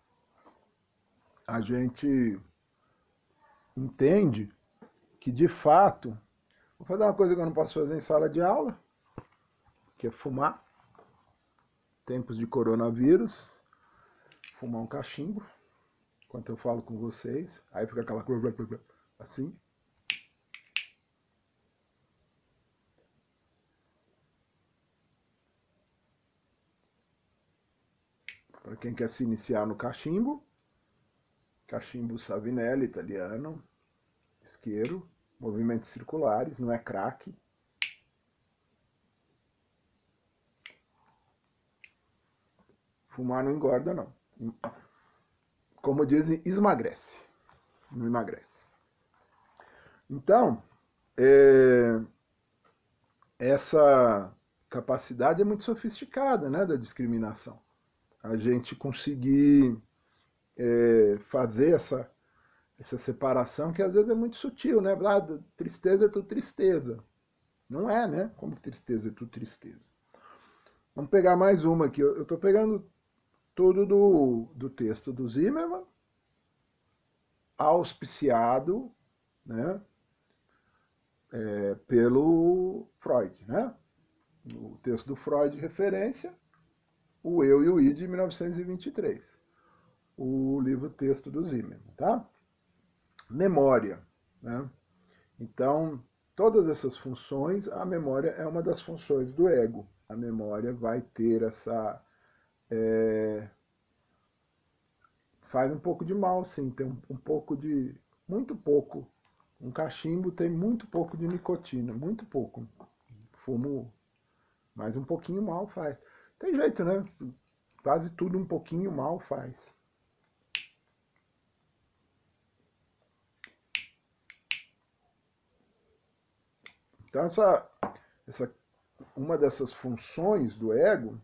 a gente entende que, de fato, vou fazer uma coisa que eu não posso fazer em sala de aula, que é fumar. Tempos de coronavírus, fumar um cachimbo, enquanto eu falo com vocês. Aí fica aquela coisa assim. Para quem quer se iniciar no cachimbo, cachimbo Savinelli, italiano, isqueiro, movimentos circulares, não é crack. Fumar não engorda, não. Como dizem, esmagrece. Não emagrece. Então, é, essa capacidade é muito sofisticada, né, da discriminação. A gente conseguir é, fazer essa, essa separação que às vezes é muito sutil, né? Ah, tristeza é tudo tristeza. Não é, né? Como que tristeza é tudo tristeza? Vamos pegar mais uma aqui. Eu estou pegando tudo do, do texto do Zimmermann, auspiciado, né, é, pelo Freud, né? O texto do Freud, referência, O Eu e o I, de mil novecentos e vinte e três. O livro texto do Zimmermann, tá? Memória, né? Então, todas essas funções, a memória é uma das funções do ego. A memória vai ter essa... É, faz um pouco de mal, sim, tem um, um pouco de... muito pouco. Um cachimbo tem muito pouco de nicotina, muito pouco. Fumo, mas um pouquinho mal faz. Tem jeito, né? Quase tudo um pouquinho mal faz. Então, essa, essa, uma dessas funções do ego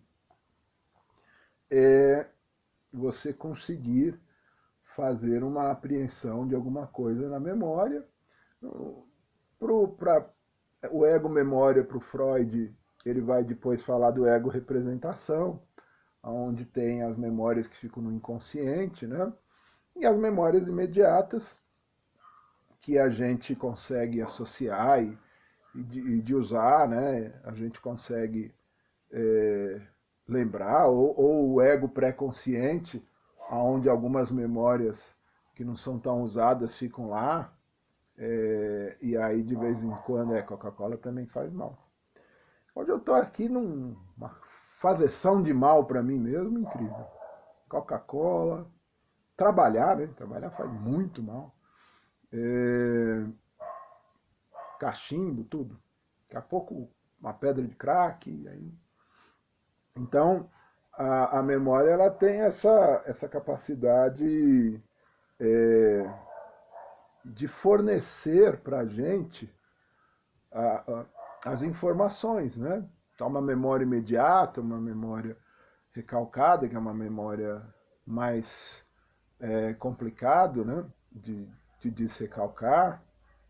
é você conseguir fazer uma apreensão de alguma coisa na memória. Pro, pra, o ego-memória para o Freud, ele vai depois falar do ego-representação, onde tem as memórias que ficam no inconsciente, né? E as memórias imediatas, que a gente consegue associar e, e, de, e de usar, né? A gente consegue é, lembrar, ou, ou o ego pré-consciente, onde algumas memórias que não são tão usadas ficam lá, é, e aí de vez em quando, é, Coca-Cola também faz mal. Hoje eu estou aqui numa fazeção de mal para mim mesmo, incrível. Coca-Cola, trabalhar, né? Trabalhar faz muito mal. É, cachimbo, tudo. Daqui a pouco uma pedra de crack. Aí. Então, a, a memória ela tem essa, essa capacidade é, de fornecer para a gente a, a, as informações, né? Então, uma memória imediata, uma memória recalcada, que é uma memória mais é, complicado, né? de, de desrecalcar.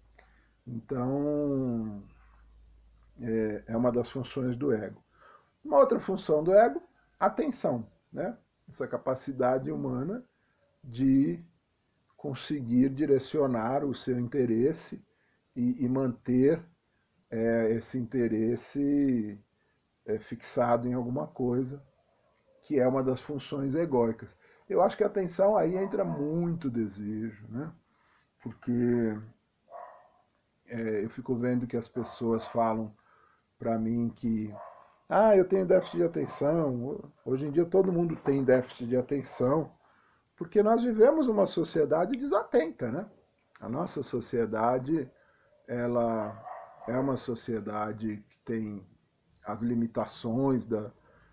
Então, é, é uma das funções do ego. Uma outra função do ego, atenção, né? Essa capacidade humana de conseguir direcionar o seu interesse e, e manter é, esse interesse é, fixado em alguma coisa, que é uma das funções egóicas. Eu acho que a atenção aí entra muito desejo, né? Porque é, eu fico vendo que as pessoas falam para mim que ah, eu tenho déficit de atenção. Hoje em dia todo mundo tem déficit de atenção, porque nós vivemos uma sociedade desatenta, né? A nossa sociedade, ela é uma sociedade que tem as limitações da,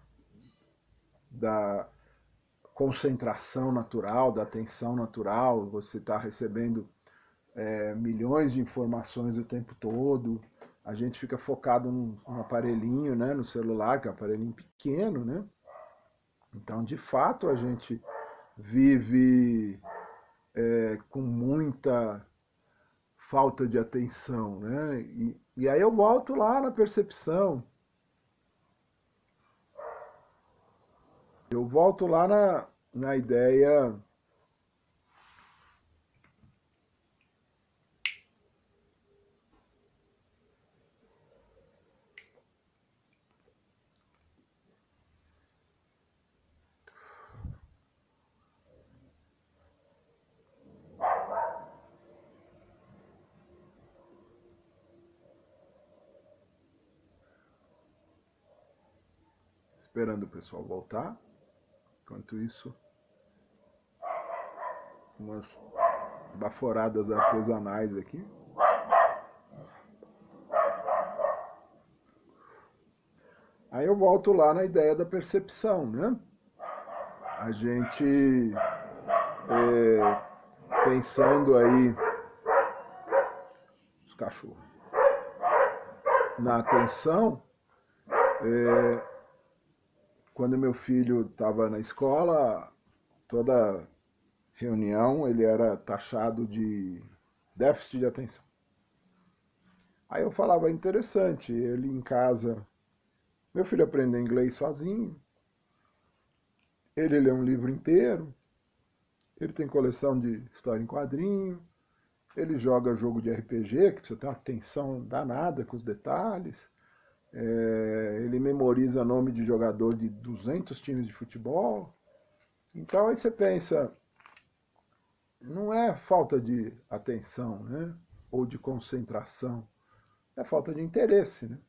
da concentração natural, da atenção natural. Você está recebendo é, milhões de informações o tempo todo. A gente fica focado num, num aparelhinho, né, no celular, que é um aparelhinho pequeno, né? Então, de fato, a gente vive é, com muita falta de atenção, né? E, e aí eu volto lá na percepção. Eu volto lá na, na ideia esperando o pessoal voltar. Enquanto isso, umas baforadas artesanais aqui. Aí eu volto lá na ideia da percepção, né? A gente, é, pensando aí, os cachorros, na atenção, é, quando meu filho estava na escola, toda reunião ele era taxado de déficit de atenção. Aí eu falava, interessante, ele em casa, meu filho aprendeu inglês sozinho, ele lê um livro inteiro, ele tem coleção de história em quadrinho, ele joga jogo de R P G, que precisa ter uma atenção danada com os detalhes. É, ele memoriza nome de jogador de duzentos times de futebol. Então aí você pensa, não é falta de atenção, né? Ou de concentração, é falta de interesse, né?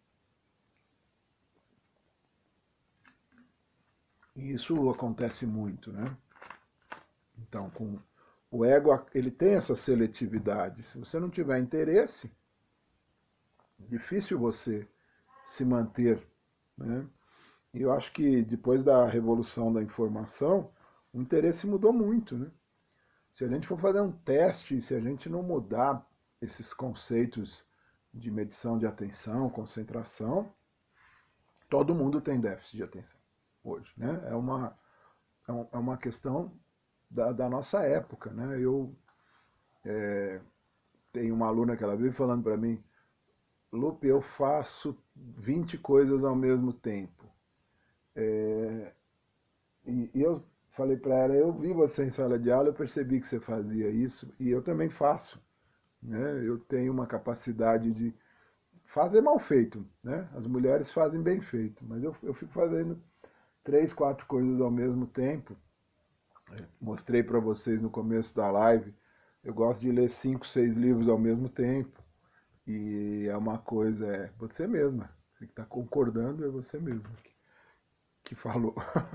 E isso acontece muito, né? Então, com o ego, ele tem essa seletividade. Se você não tiver interesse, difícil você se manter, né? E eu acho que depois da revolução da informação, o interesse mudou muito, né? Se a gente for fazer um teste, se a gente não mudar esses conceitos de medição de atenção, concentração, todo mundo tem déficit de atenção hoje, né? É uma, é uma questão da, da nossa época, né? Eu é, tenho uma aluna que ela vive falando para mim, Lupe, eu faço vinte coisas ao mesmo tempo. É, e, e eu falei para ela, eu vi você em sala de aula, eu percebi que você fazia isso, e eu também faço. Né? Eu tenho uma capacidade de fazer mal feito. Né? As mulheres fazem bem feito, mas eu, eu fico fazendo três, quatro coisas ao mesmo tempo. É, mostrei para vocês no começo da live, eu gosto de ler cinco, seis livros ao mesmo tempo. E é uma coisa, é você mesma, você que está concordando é você mesma que, que falou.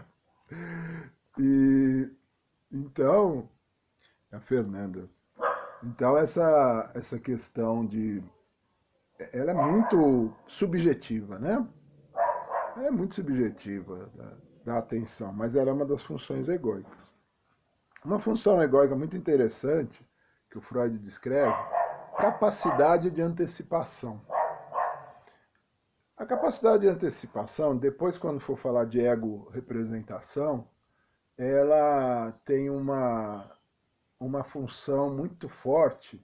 E então, a Fernanda, então essa, essa questão de, ela é muito subjetiva, né? É muito subjetiva da, da atenção, mas ela é uma das funções egóicas. Uma função egóica muito interessante que o Freud descreve, capacidade de antecipação. A capacidade de antecipação, depois quando for falar de ego representação, ela tem uma, uma função muito forte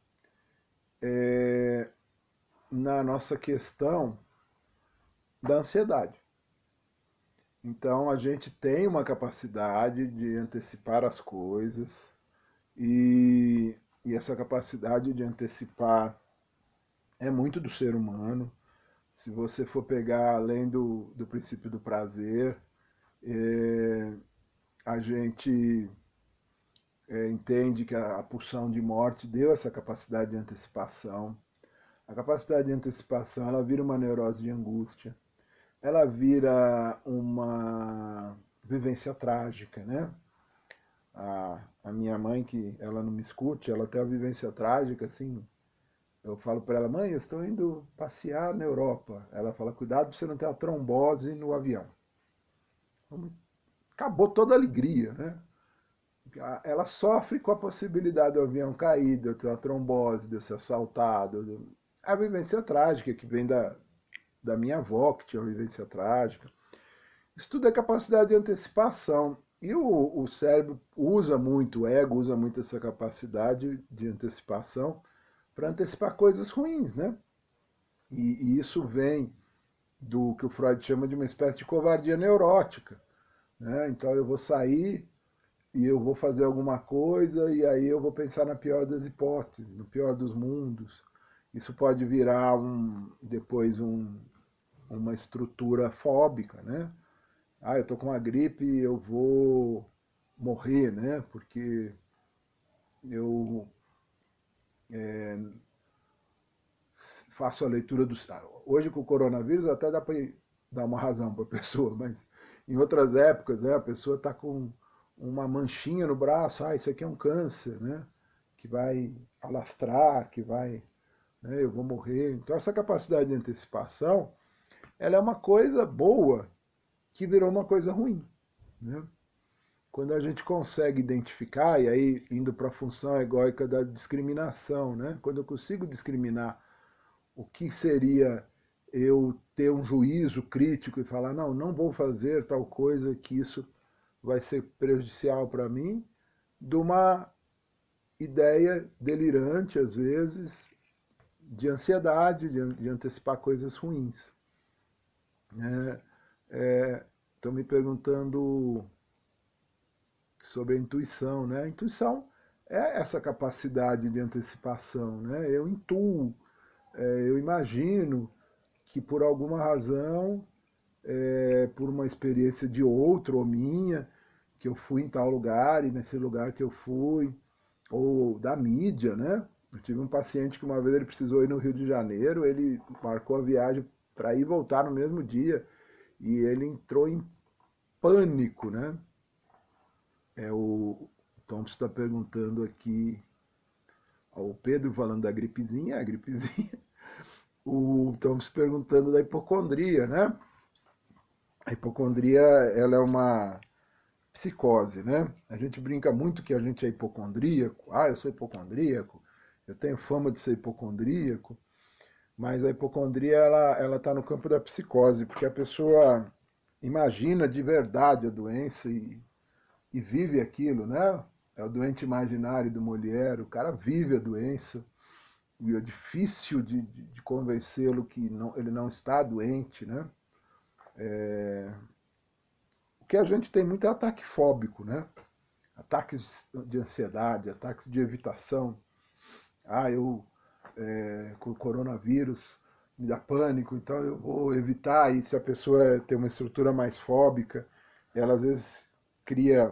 é, na nossa questão da ansiedade. Então a gente tem uma capacidade de antecipar as coisas e, e essa capacidade de antecipar é muito do ser humano. Se você for pegar além do, do princípio do prazer, é, a gente é, entende que a, a pulsão de morte deu essa capacidade de antecipação. A capacidade de antecipação, ela vira uma neurose de angústia, ela vira uma vivência trágica, né? A, a minha mãe, que ela não me escute, ela tem uma vivência trágica, assim. Eu falo para ela, mãe, eu estou indo passear na Europa. Ela fala, cuidado para você não ter uma trombose no avião. Acabou toda a alegria, né? Ela sofre com a possibilidade do avião cair, de eu ter uma trombose, de eu ser assaltado. De... A vivência trágica que vem da, da minha avó, que tinha uma vivência trágica. Isso tudo é capacidade de antecipação. E o, o cérebro usa muito, o ego usa muito essa capacidade de antecipação para antecipar coisas ruins, né? E, e isso vem do que o Freud chama de uma espécie de covardia neurótica, né? Então eu vou sair e eu vou fazer alguma coisa e aí eu vou pensar na pior das hipóteses, no pior dos mundos. Isso pode virar um, depois um, uma estrutura fóbica, né? Ah, eu estou com uma gripe e eu vou morrer, né? Porque eu É, faço a leitura do... Hoje com o coronavírus até dá para dar uma razão para a pessoa, mas em outras épocas, né, a pessoa está com uma manchinha no braço, ah, isso aqui é um câncer, né, que vai alastrar, que vai... Né, eu vou morrer. Então essa capacidade de antecipação, ela é uma coisa boa que virou uma coisa ruim, né? Quando a gente consegue identificar, e aí indo para a função egóica da discriminação, né? Quando eu consigo discriminar o que seria eu ter um juízo crítico e falar, não, não vou fazer tal coisa que isso vai ser prejudicial para mim, de uma ideia delirante, às vezes, de ansiedade, de, de antecipar coisas ruins. Estão é, me perguntando sobre a intuição, né? A intuição é essa capacidade de antecipação, né? Eu intuo, é, eu imagino que por alguma razão, é, por uma experiência de outro ou minha, que eu fui em tal lugar e nesse lugar que eu fui, ou da mídia, né? Eu tive um paciente que uma vez ele precisou ir no Rio de Janeiro, ele marcou a viagem para ir e voltar no mesmo dia e ele entrou em pânico, né? É, o Thompson está perguntando aqui, ó, o Pedro falando da gripezinha, a gripezinha, o Thompson perguntando da hipocondria, né? A hipocondria, ela é uma psicose, né? A gente brinca muito que a gente é hipocondríaco, ah, eu sou hipocondríaco, eu tenho fama de ser hipocondríaco, mas a hipocondria, ela ela está no campo da psicose, porque a pessoa imagina de verdade a doença e e vive aquilo, né? É o doente imaginário do Molière, o cara vive a doença, e é difícil de, de, de convencê-lo que não, ele não está doente, né? É... O que a gente tem muito é ataque fóbico, né? Ataques de ansiedade, ataques de evitação. Ah, eu, é, com o coronavírus, me dá pânico, então eu vou evitar, e se a pessoa tem uma estrutura mais fóbica, ela às vezes cria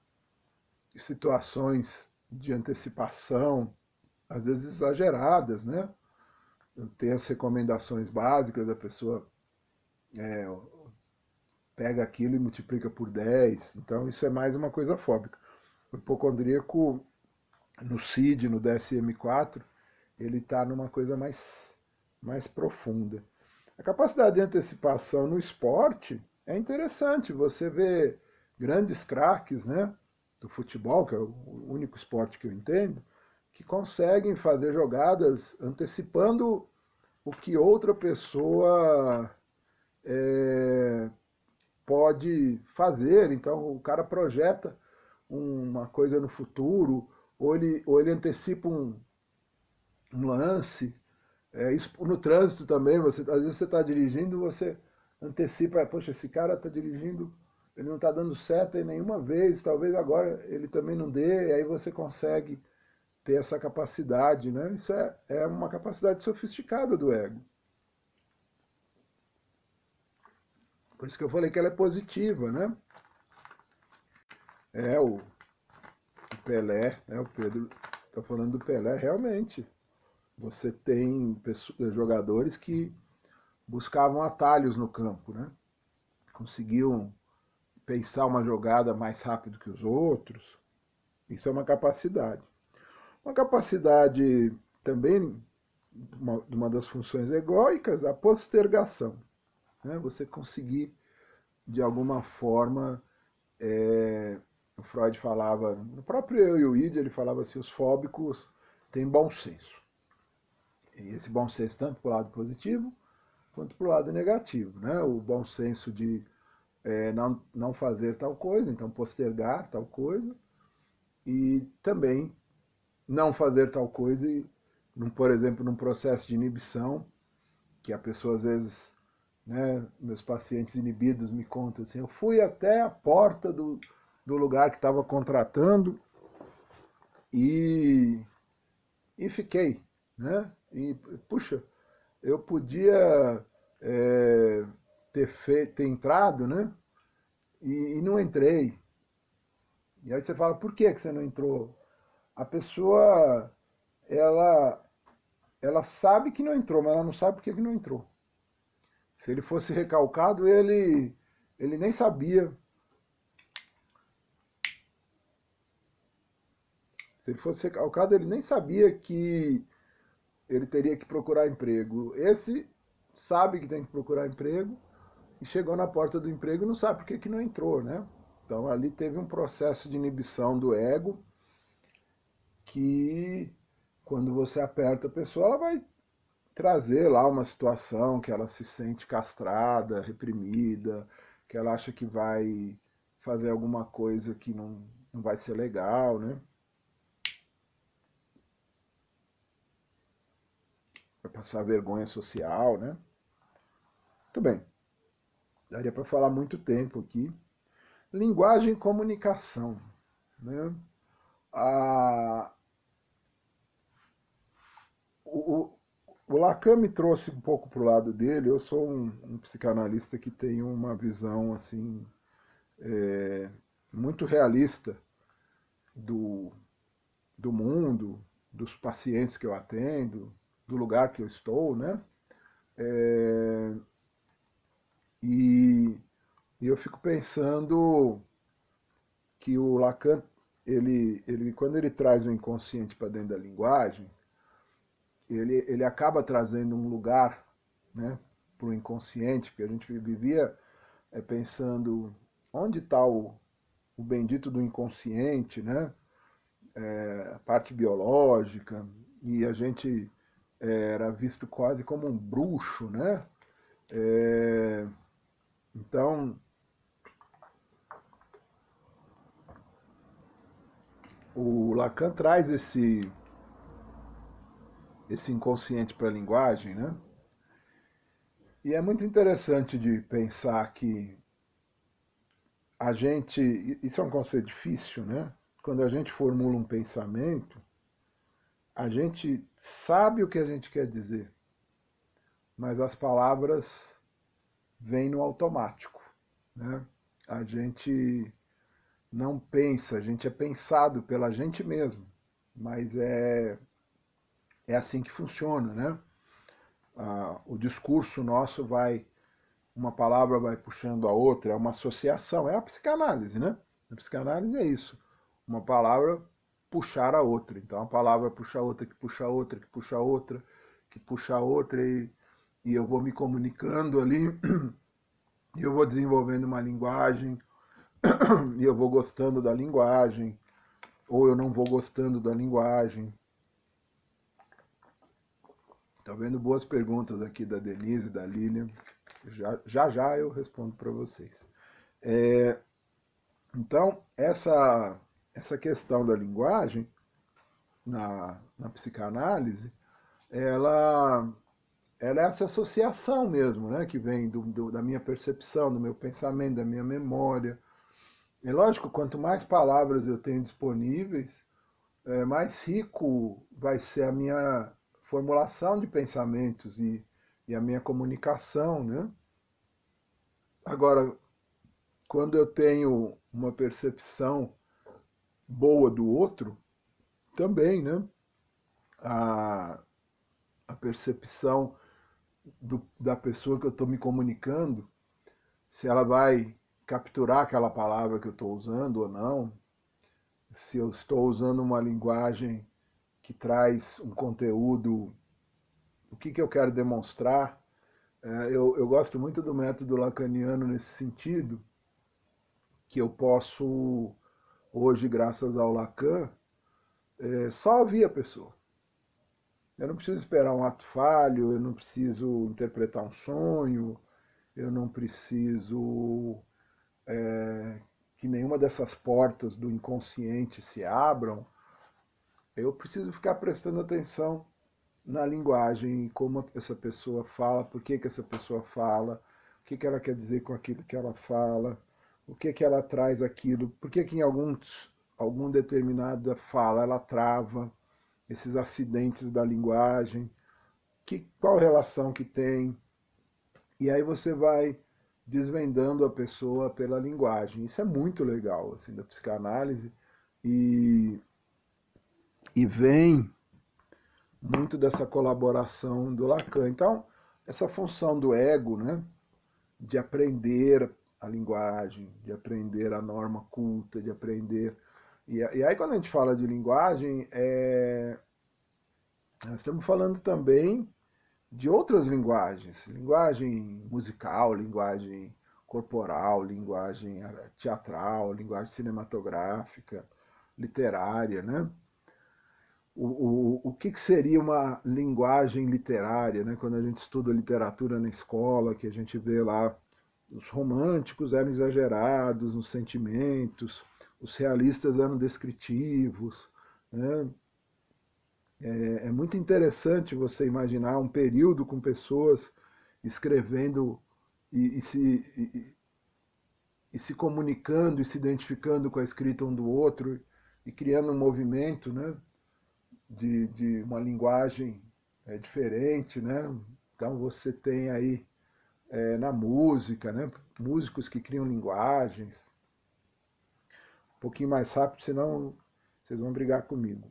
situações de antecipação, às vezes exageradas, né? Tem as recomendações básicas, a pessoa é, pega aquilo e multiplica por dez, então isso é mais uma coisa fóbica. O hipocondríaco, no C I D, no D S M quatro, ele está numa coisa mais, mais profunda. A capacidade de antecipação no esporte é interessante, você vê grandes craques, né? Do futebol, que é o único esporte que eu entendo, que conseguem fazer jogadas antecipando o que outra pessoa é, pode fazer. Então o cara projeta uma coisa no futuro, ou ele, ou ele antecipa um, um lance. É, isso no trânsito também, você, às vezes você está dirigindo, você antecipa, poxa, esse cara está dirigindo, ele não está dando seta em nenhuma vez, talvez agora ele também não dê, e aí você consegue ter essa capacidade, né? Isso é, é uma capacidade sofisticada do ego. Por isso que eu falei que ela é positiva, né? É, o, o Pelé, né? O Pedro está falando do Pelé, realmente. Você tem pessoas, jogadores que buscavam atalhos no campo, né? Conseguiam pensar uma jogada mais rápido que os outros. Isso é uma capacidade. Uma capacidade também, uma, uma das funções egóicas, a postergação. Né? Você conseguir, de alguma forma, é, o Freud falava, no próprio Eu e o Id, ele falava assim, os fóbicos têm bom senso. E esse bom senso tanto para o lado positivo quanto para o lado negativo. Né? O bom senso de é, não, não fazer tal coisa, então postergar tal coisa, e também não fazer tal coisa, e, por exemplo, num processo de inibição, que a pessoa às vezes, né, meus pacientes inibidos me contam assim, eu fui até a porta do, do lugar que estava contratando e, e fiquei, né? E, puxa, eu podia é, ter, feito, ter entrado, né? E, e não entrei. E aí você fala, por que, que você não entrou? A pessoa, ela, ela sabe que não entrou, mas ela não sabe por que, que não entrou. Se ele fosse recalcado, ele, ele nem sabia. Se ele fosse recalcado, ele nem sabia que ele teria que procurar emprego. Esse sabe que tem que procurar emprego e chegou na porta do emprego e não sabe por que, que não entrou, né? Então ali teve um processo de inibição do ego que, quando você aperta a pessoa, ela vai trazer lá uma situação que ela se sente castrada, reprimida, que ela acha que vai fazer alguma coisa que não, não vai ser legal, né? Vai passar vergonha social, né? Muito bem. Daria para falar muito tempo aqui. Linguagem e comunicação, né? A, o, o Lacan me trouxe um pouco para o lado dele. Eu sou um, um psicanalista que tem uma visão assim é, muito realista do, do mundo, dos pacientes que eu atendo, do lugar que eu estou, né? É, e, e eu fico pensando que o Lacan, ele, ele, quando ele traz o inconsciente para dentro da linguagem, ele, ele acaba trazendo um lugar, né, para o inconsciente, porque a gente vivia é, pensando onde está o, o bendito do inconsciente, né, é, a parte biológica, e a gente é, era visto quase como um bruxo, né? É, então, o Lacan traz esse, esse inconsciente para a linguagem, né? E é muito interessante de pensar que a gente, isso é um conceito difícil, né? Quando a gente formula um pensamento, a gente sabe o que a gente quer dizer, mas as palavras vêm no automático, né? A gente não pensa, a gente é pensado pela gente mesmo, mas é, é assim que funciona, né? Ah, o discurso nosso vai, uma palavra vai puxando a outra, é uma associação, é a psicanálise, né? A psicanálise é isso, uma palavra puxar a outra, então a palavra puxa a outra, que puxa a outra, que puxa a outra, que puxa a outra, e, e eu vou me comunicando ali, e eu vou desenvolvendo uma linguagem, e eu vou gostando da linguagem, ou eu não vou gostando da linguagem. Estou vendo boas perguntas aqui da Denise, da Lilian. Já já, já eu respondo para vocês. É, então, essa, essa questão da linguagem na, na psicanálise, ela, ela é essa associação mesmo, né, que vem do, do, da minha percepção, do meu pensamento, da minha memória. É lógico, quanto mais palavras eu tenho disponíveis, é, mais rico vai ser a minha formulação de pensamentos e, e a minha comunicação, né? Agora, quando eu tenho uma percepção boa do outro, também, né? A, a percepção do, da pessoa que eu estou me comunicando, se ela vai capturar aquela palavra que eu estou usando ou não, se eu estou usando uma linguagem que traz um conteúdo, o que, que eu quero demonstrar. É, eu, eu gosto muito do método lacaniano nesse sentido, que eu posso, hoje, graças ao Lacan, é, só ouvir a pessoa. Eu não preciso esperar um ato falho, eu não preciso interpretar um sonho, eu não preciso é, que nenhuma dessas portas do inconsciente se abram. Eu preciso ficar prestando atenção na linguagem, como essa pessoa fala, por que, que essa pessoa fala, o que, que ela quer dizer com aquilo que ela fala, o que, que ela traz aquilo, por que, que em alguns, algum determinada fala ela trava, esses acidentes da linguagem, que, qual relação que tem. E aí você vai desvendando a pessoa pela linguagem. Isso é muito legal, assim, da psicanálise, e, e vem muito dessa colaboração do Lacan. Então, essa função do ego, né, de aprender a linguagem, de aprender a norma culta, de aprender... E, e aí, quando a gente fala de linguagem, é... nós estamos falando também de outras linguagens. Linguagem musical, linguagem corporal, linguagem teatral, linguagem cinematográfica, literária, né? O, o, o que, que seria uma linguagem literária, né? Quando a gente estuda literatura na escola, que a gente vê lá os românticos eram exagerados nos sentimentos, os realistas eram descritivos, né? É, é muito interessante você imaginar um período com pessoas escrevendo e, e, se, e, e se comunicando e se identificando com a escrita um do outro e criando um movimento, né? De, de uma linguagem é, diferente, né? Então você tem aí é, na música, né? Músicos que criam linguagens. Um pouquinho mais rápido, senão vocês vão brigar comigo.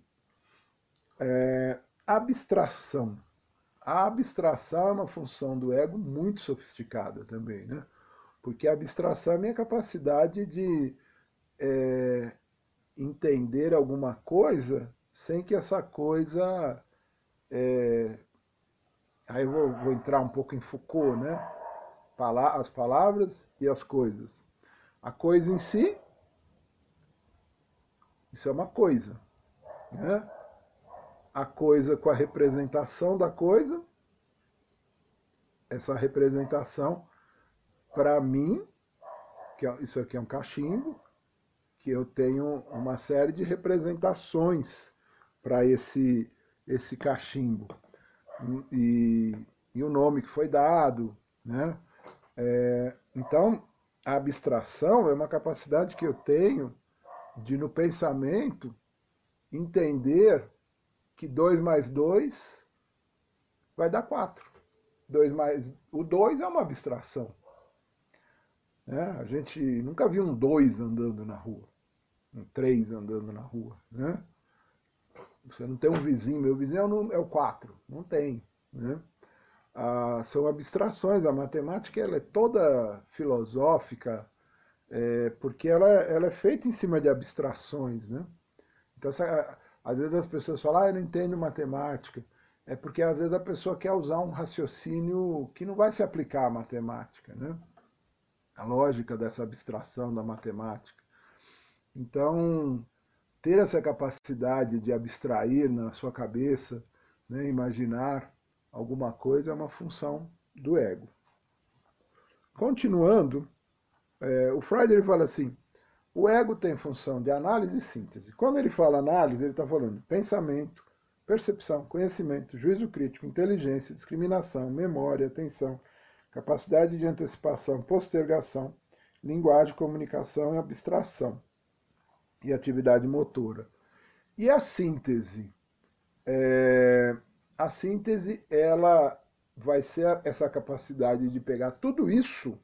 É, abstração. A abstração é uma função do ego muito sofisticada também, né? Porque a abstração é a minha capacidade de é, entender alguma coisa sem que essa coisa... É, aí eu vou, vou entrar um pouco em Foucault, né? As palavras e as coisas. A coisa em si, isso é uma coisa, né? A coisa com a representação da coisa, essa representação, para mim, que isso aqui é um cachimbo, que eu tenho uma série de representações para esse, esse cachimbo. E, e o nome que foi dado, né? É, então, a abstração é uma capacidade que eu tenho de, no pensamento, entender que dois mais dois vai dar quatro. dois mais, o dois é uma abstração. Né? A gente nunca viu um dois andando na rua, um três andando na rua. Né? Você não tem um vizinho, meu vizinho é o quatro. Não tem. Né? Ah, são abstrações. A matemática ela é toda filosófica, é, porque ela, ela é feita em cima de abstrações. Né? Então, essa, às vezes as pessoas falam, ah, eu não entendo matemática. É porque às vezes a pessoa quer usar um raciocínio que não vai se aplicar à matemática, né? A lógica dessa abstração da matemática. Então, ter essa capacidade de abstrair na sua cabeça, né, imaginar alguma coisa, é uma função do ego. continuando, é, o Freud ele fala assim, o ego tem função de análise e síntese. Quando ele fala análise, ele está falando pensamento, percepção, conhecimento, juízo crítico, inteligência, discriminação, memória, atenção, capacidade de antecipação, postergação, linguagem, comunicação e abstração, e atividade motora. E a síntese? É, a síntese, ela vai ser essa capacidade de pegar tudo isso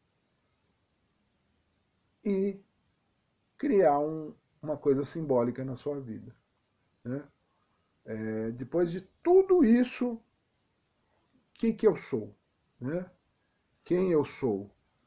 e criar um, uma coisa simbólica na sua vida. Né? É, depois de tudo isso, o que, que eu sou? Né? Quem eu sou?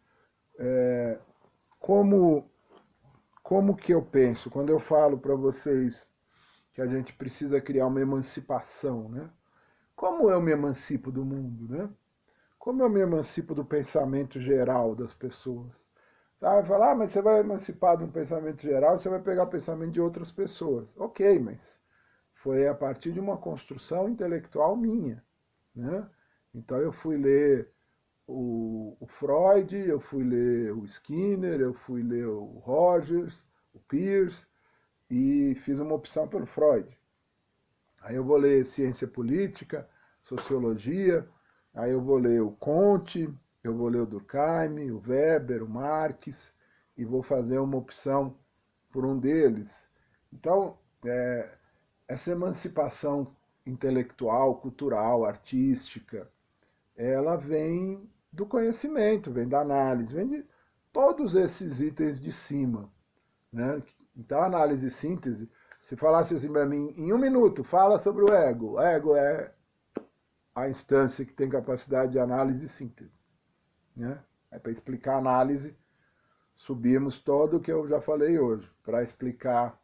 É, como, como que eu penso? Quando eu falo para vocês que a gente precisa criar uma emancipação, né? Como eu me emancipo do mundo? Né? Como eu me emancipo do pensamento geral das pessoas? Tá? Vai falar, ah, mas você vai emancipar de um pensamento geral, você vai pegar o pensamento de outras pessoas. Ok, mas foi a partir de uma construção intelectual minha. Né? Então eu fui ler o, o Freud, eu fui ler o Skinner, eu fui ler o Rogers, o Peirce, e fiz uma opção pelo Freud. Aí eu vou ler ciência política, sociologia, aí eu vou ler o Comte, eu vou ler o Durkheim, o Weber, o Marx, e vou fazer uma opção por um deles. Então, é, essa emancipação intelectual, cultural, artística, ela vem do conhecimento, vem da análise, vem de todos esses itens de cima. Né? Então, análise e síntese, se falasse assim para mim, em um minuto, fala sobre o ego. O ego é a instância que tem capacidade de análise e síntese. Né? É para explicar a análise, subimos todo o que eu já falei hoje. Para explicar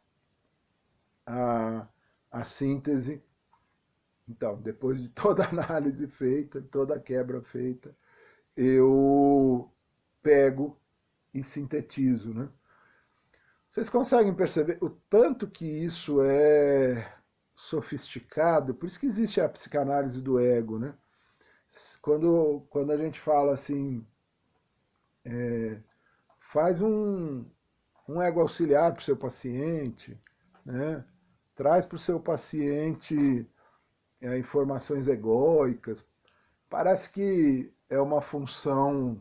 a, a síntese, então, depois de toda a análise feita, toda a quebra feita, eu pego e sintetizo. Né? Vocês conseguem perceber o tanto que isso é sofisticado? Por isso que existe a psicanálise do ego, né? Quando, quando a gente fala assim, é, faz um, um ego auxiliar para o seu paciente, né? Traz para o seu paciente é, informações egóicas, parece que é uma função...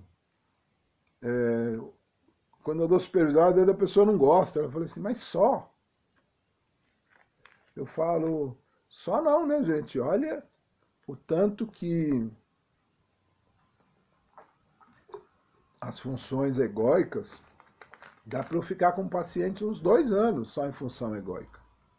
É, quando eu dou supervisão, às vezes a pessoa não gosta. Ela fala assim, mas só? Eu falo, só não, né, gente? Olha o tanto que as funções egóicas, dá para eu ficar com o paciente uns dois anos só em função egóica.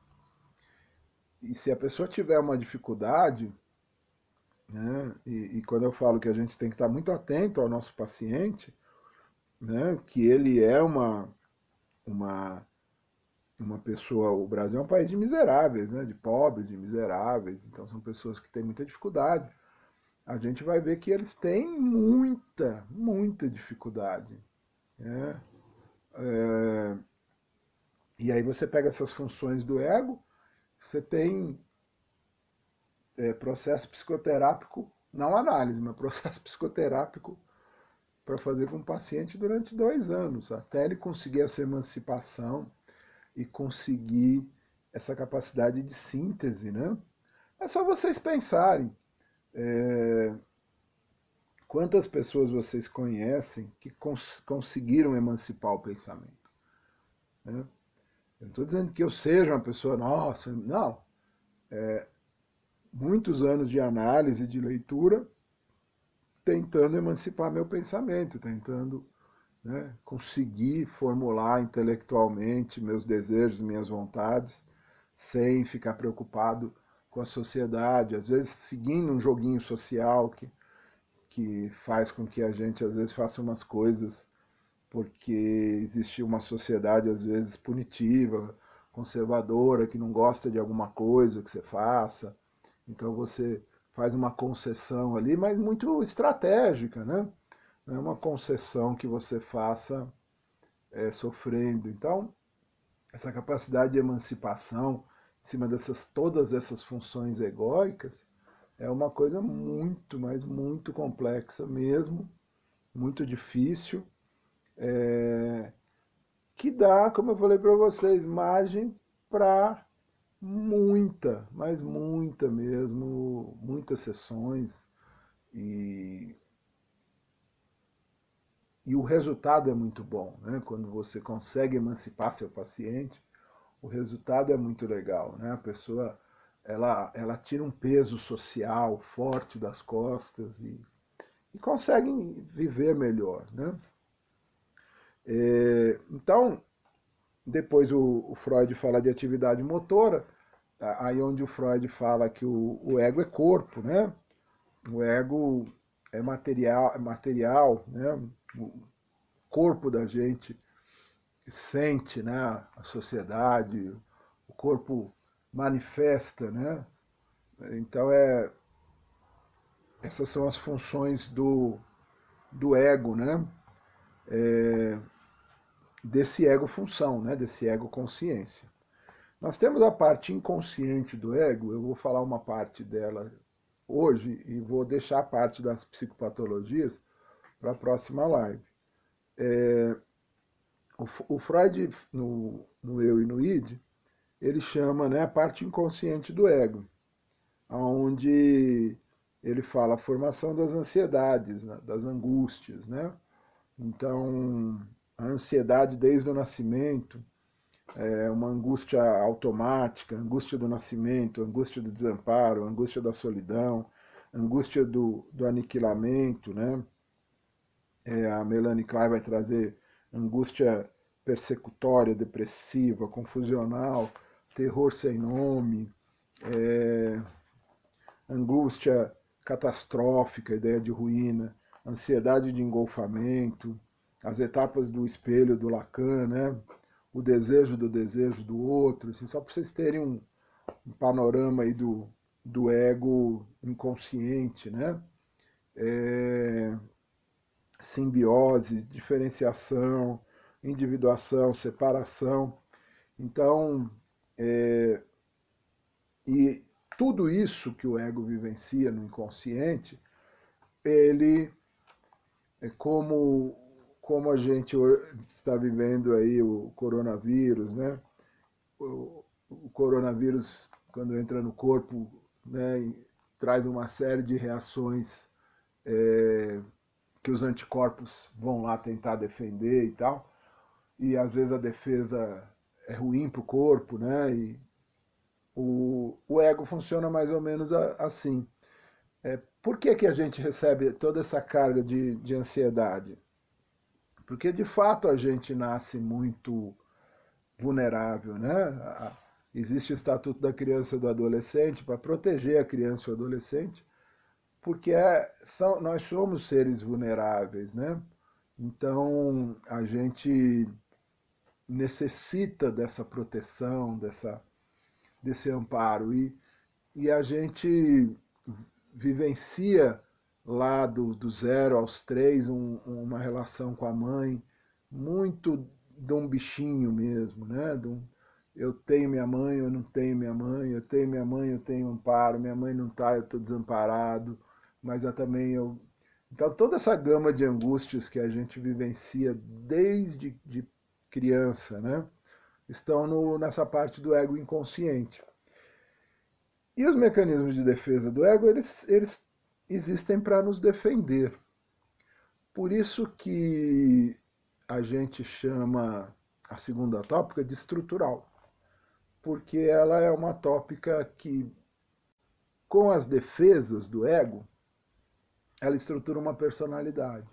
E se a pessoa tiver uma dificuldade, né, e, e quando eu falo que a gente tem que estar muito atento ao nosso paciente, né, que ele é uma, uma, uma pessoa... O Brasil é um país de miseráveis, né, de pobres, de miseráveis, então são pessoas que têm muita dificuldade. A gente vai ver que eles têm muita, muita dificuldade. Né? É, e aí você pega essas funções do ego, você tem é, processo psicoterápico, não análise, mas processo psicoterápico para fazer com o paciente durante dois anos, até ele conseguir essa emancipação e conseguir essa capacidade de síntese. Né? É só vocês pensarem. É, quantas pessoas vocês conhecem que cons conseguiram emancipar o pensamento? Né? Eu não estou dizendo que eu seja uma pessoa, nossa, não. É, muitos anos de análise, de leitura, tentando emancipar meu pensamento, tentando, né, conseguir formular intelectualmente meus desejos, minhas vontades, sem ficar preocupado com a sociedade, às vezes seguindo um joguinho social que, que faz com que a gente às vezes faça umas coisas porque existe uma sociedade às vezes punitiva, conservadora, que não gosta de alguma coisa que você faça, então você faz uma concessão ali, mas muito estratégica, né? Não é uma concessão que você faça é, sofrendo. Então, essa capacidade de emancipação em cima dessas todas essas funções egóicas é uma coisa muito, mas muito complexa mesmo, muito difícil, é, que dá, como eu falei para vocês, margem para muita, mas muita mesmo, muitas sessões, e, e o resultado é muito bom, né? Quando você consegue emancipar seu paciente, o resultado é muito legal, né? A pessoa ela, ela tira um peso social forte das costas e, e consegue viver melhor, né? É, então, depois o, o Freud fala de atividade motora, aí onde o Freud fala que o, o ego é corpo, né? O ego é material, é material, né? O corpo da gente sente, né? A sociedade, o corpo manifesta, né? Então é essas são as funções do, do ego, né? É, desse ego função, né? Desse ego consciência. Nós temos a parte inconsciente do ego, eu vou falar uma parte dela hoje e vou deixar a parte das psicopatologias para a próxima live. É, o, o Freud, no, no Eu e no Id, ele chama, né, a parte inconsciente do ego, onde ele fala a formação das ansiedades, né, das angústias, né? Então, a ansiedade desde o nascimento, é uma angústia automática, angústia do nascimento, angústia do desamparo, angústia da solidão, angústia do, do aniquilamento, né? É, a Melanie Klein vai trazer angústia persecutória, depressiva, confusional, terror sem nome, é, angústia catastrófica, ideia de ruína, ansiedade de engolfamento, as etapas do espelho do Lacan, né? O desejo do desejo do outro, assim, só para vocês terem um, um panorama aí do, do ego inconsciente, né? É, simbiose, diferenciação, individuação, separação. Então, é, e tudo isso que o ego vivencia no inconsciente, ele é como, como a gente está vivendo aí o coronavírus, né? O, o coronavírus, quando entra no corpo, né, traz uma série de reações é, que os anticorpos vão lá tentar defender e tal, e às vezes a defesa é ruim para o corpo, né? E o, o ego funciona mais ou menos assim. É, por que, que a gente recebe toda essa carga de, de ansiedade? Porque de fato a gente nasce muito vulnerável, né? Existe o Estatuto da Criança e do Adolescente para proteger a criança e o adolescente, porque é, são, nós somos seres vulneráveis, né? Então a gente necessita dessa proteção, dessa, desse amparo, e, e a gente vivencia lá do, do zero aos três um, uma relação com a mãe muito de um bichinho mesmo, né? De um, eu tenho minha mãe, eu não tenho minha mãe, eu tenho minha mãe, eu tenho amparo, minha mãe não está, eu estou desamparado, mas eu também eu... Então toda essa gama de angústias que a gente vivencia desde de criança, né? Estão no, nessa parte do ego inconsciente. E os mecanismos de defesa do ego, eles, eles existem para nos defender. Por isso que a gente chama a segunda tópica de estrutural, porque ela é uma tópica que, com as defesas do ego, ela estrutura uma personalidade.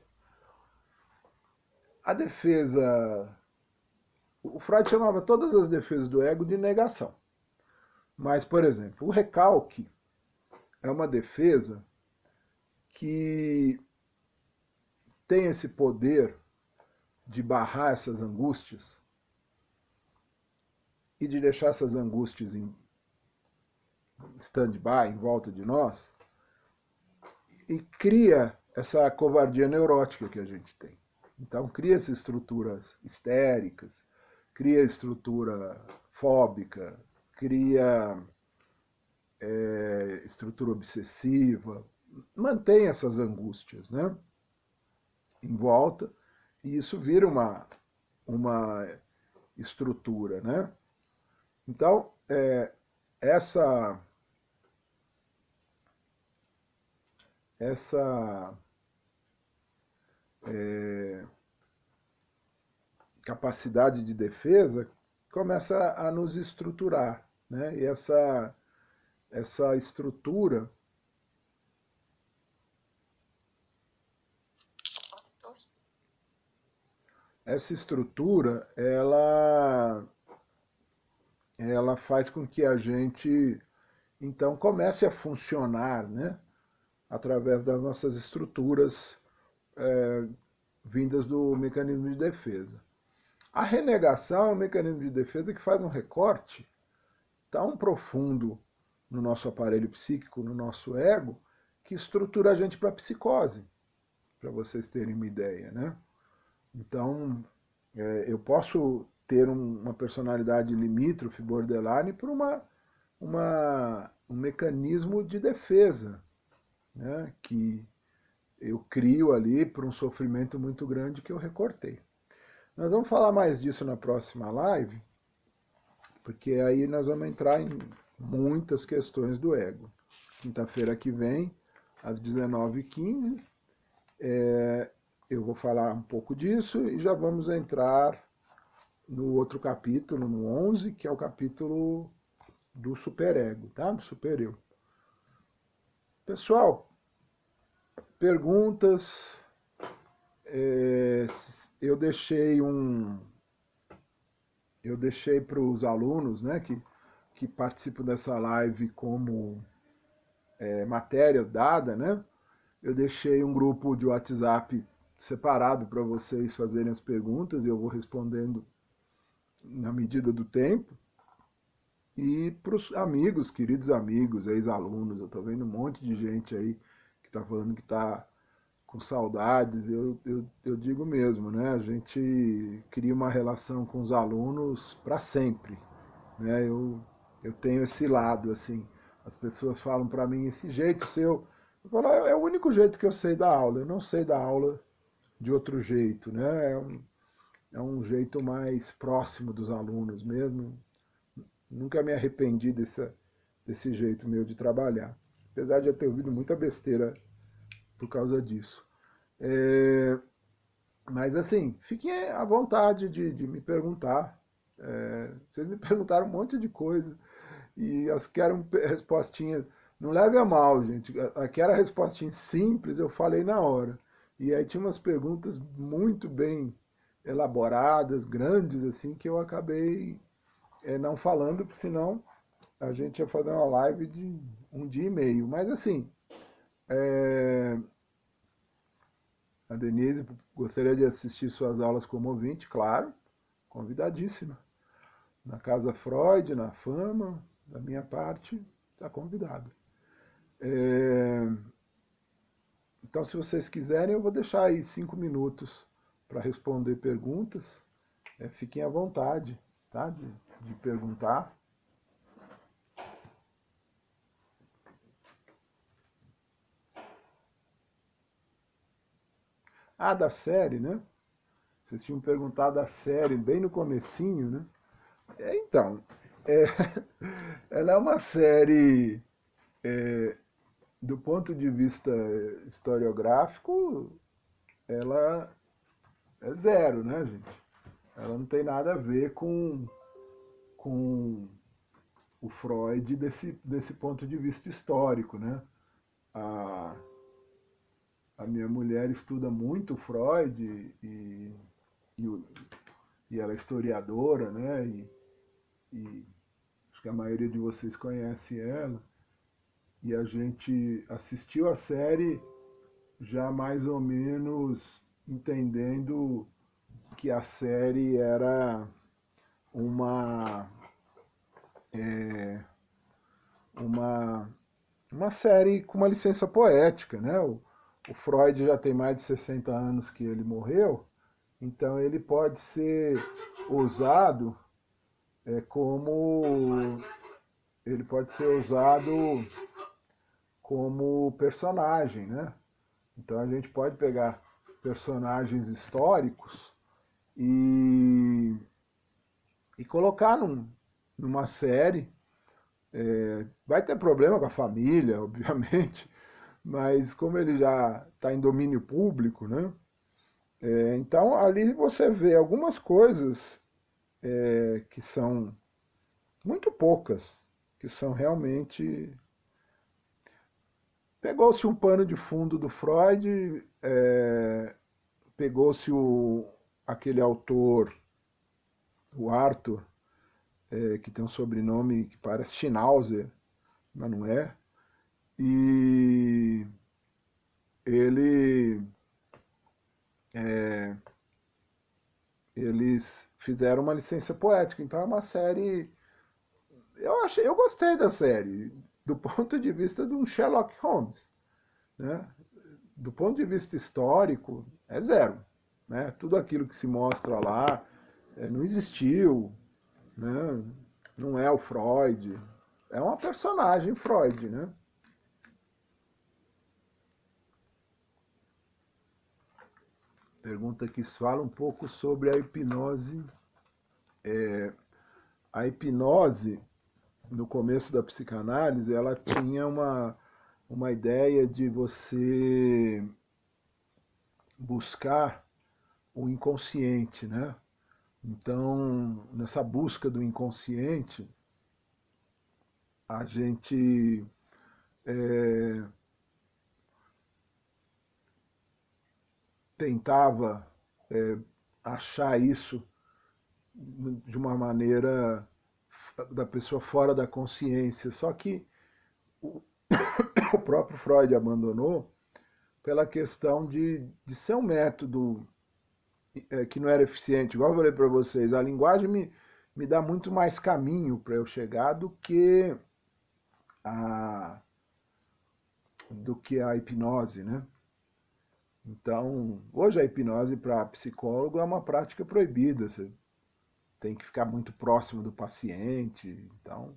A defesa... O Freud chamava todas as defesas do ego de negação. Mas, por exemplo, o recalque é uma defesa que tem esse poder de barrar essas angústias e de deixar essas angústias em stand-by, em volta de nós, e cria essa covardia neurótica que a gente tem. Então, cria essas estruturas histéricas, cria estrutura fóbica, cria é, estrutura obsessiva, mantém essas angústias, né? em volta, e isso vira uma, uma estrutura, né? Então, é, essa, essa é, capacidade de defesa começa a nos estruturar, né? E essa, essa estrutura essa estrutura, ela, ela faz com que a gente, então, comece a funcionar, né? Através das nossas estruturas é, vindas do mecanismo de defesa. A renegação é um mecanismo de defesa que faz um recorte tão profundo no nosso aparelho psíquico, no nosso ego, que estrutura a gente para a psicose, para vocês terem uma ideia, né? Então, é, eu posso ter um, uma personalidade limítrofe, borderline, por uma, uma, um mecanismo de defesa, né, que eu crio ali por um sofrimento muito grande que eu recortei. Nós vamos falar mais disso na próxima live, porque aí nós vamos entrar em muitas questões do ego. Quinta-feira que vem, às dezenove e quinze, é, eu vou falar um pouco disso e já vamos entrar no outro capítulo, no onze, que é o capítulo do superego, tá? Do supereu. Pessoal, perguntas. É, eu deixei um... Eu deixei para os alunos, né, que, que participam dessa live como é, matéria dada, né? Eu deixei um grupo de WhatsApp separado para vocês fazerem as perguntas e eu vou respondendo na medida do tempo. E para os amigos, queridos amigos, ex-alunos, eu estou vendo um monte de gente aí que está falando que está com saudades, eu, eu, eu digo mesmo, né? A gente cria uma relação com os alunos para sempre, né? Eu, eu tenho esse lado, assim, as pessoas falam para mim, esse jeito seu, eu falo, é o único jeito que eu sei dar aula, eu não sei dar aula de outro jeito, né? É um, é um jeito mais próximo dos alunos mesmo. Nunca me arrependi desse, desse jeito meu de trabalhar, apesar de eu ter ouvido muita besteira por causa disso. É, mas assim, fiquem à vontade de, de me perguntar. É, vocês me perguntaram um monte de coisa e as que eram respostinhas. Não leve a mal, gente. Aqui era respostinha simples, eu falei na hora. E aí tinha umas perguntas muito bem elaboradas, grandes, assim, que eu acabei é, não falando, porque senão a gente ia fazer uma live de um dia e meio. Mas assim, é... a Denise gostaria de assistir suas aulas como ouvinte, claro, convidadíssima. Na Casa Freud, na Fama, da minha parte, está convidada. É... Então, se vocês quiserem, eu vou deixar aí cinco minutos para responder perguntas. É, fiquem à vontade, tá? De, de perguntar. Ah, da série, né? Vocês tinham perguntado da série bem no comecinho, né? É, então, é, ela é uma série... É, do ponto de vista historiográfico, ela é zero, né, gente? Ela não tem nada a ver com, com o Freud desse, desse ponto de vista histórico, né? A, a minha mulher estuda muito Freud e, e, e ela é historiadora, né? E, e acho que a maioria de vocês conhece ela. E a gente assistiu a série já mais ou menos entendendo que a série era uma é, uma, uma série com uma licença poética, né? O, o Freud já tem mais de sessenta anos que ele morreu, então ele pode ser usado é, como ele pode ser usado como personagem, né? Então a gente pode pegar personagens históricos e, e colocar num, numa série. É, vai ter problema com a família, obviamente, mas como ele já está em domínio público, né? É, então ali você vê algumas coisas é, que são muito poucas, que são realmente... Pegou-se um pano de fundo do Freud, é, pegou-se o, aquele autor, o Arthur, é, que tem um sobrenome que parece Schnauzer, mas não é, e ele, é, eles fizeram uma licença poética, então é uma série... Eu, achei, eu gostei da série, do ponto de vista de um Sherlock Holmes, né? Do ponto de vista histórico, é zero, né? Tudo aquilo que se mostra lá é, não existiu, né? Não é o Freud, é uma personagem Freud, né? Pergunta que fala um pouco sobre a hipnose. É, a hipnose, no começo da psicanálise, ela tinha uma, uma ideia de você buscar o inconsciente, né? Então, nessa busca do inconsciente, a gente é, tentava é, achar isso de uma maneira da pessoa fora da consciência. Só que o, o próprio Freud abandonou pela questão de, de ser um método é, que não era eficiente. Igual eu falei para vocês, a linguagem me, me dá muito mais caminho para eu chegar do que a, do que a hipnose, né? Então, hoje a hipnose para psicólogo é uma prática proibida. Você tem que ficar muito próximo do paciente. Então,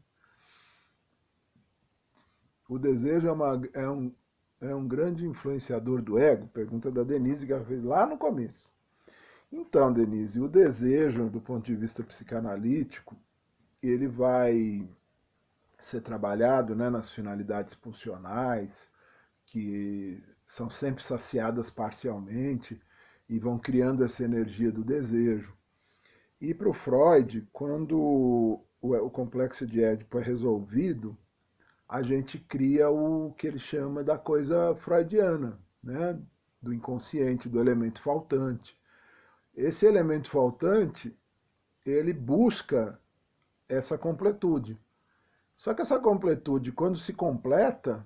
o desejo é, uma, é, um, é um grande influenciador do ego? Pergunta da Denise, que ela fez lá no começo. Então, Denise, o desejo, do ponto de vista psicanalítico, ele vai ser trabalhado, né, nas finalidades pulsionais, que são sempre saciadas parcialmente e vão criando essa energia do desejo. E para o Freud, quando o, o complexo de Édipo é resolvido, a gente cria o que ele chama da coisa freudiana, né? Do inconsciente, do elemento faltante. Esse elemento faltante, ele busca essa completude. Só que essa completude, quando se completa,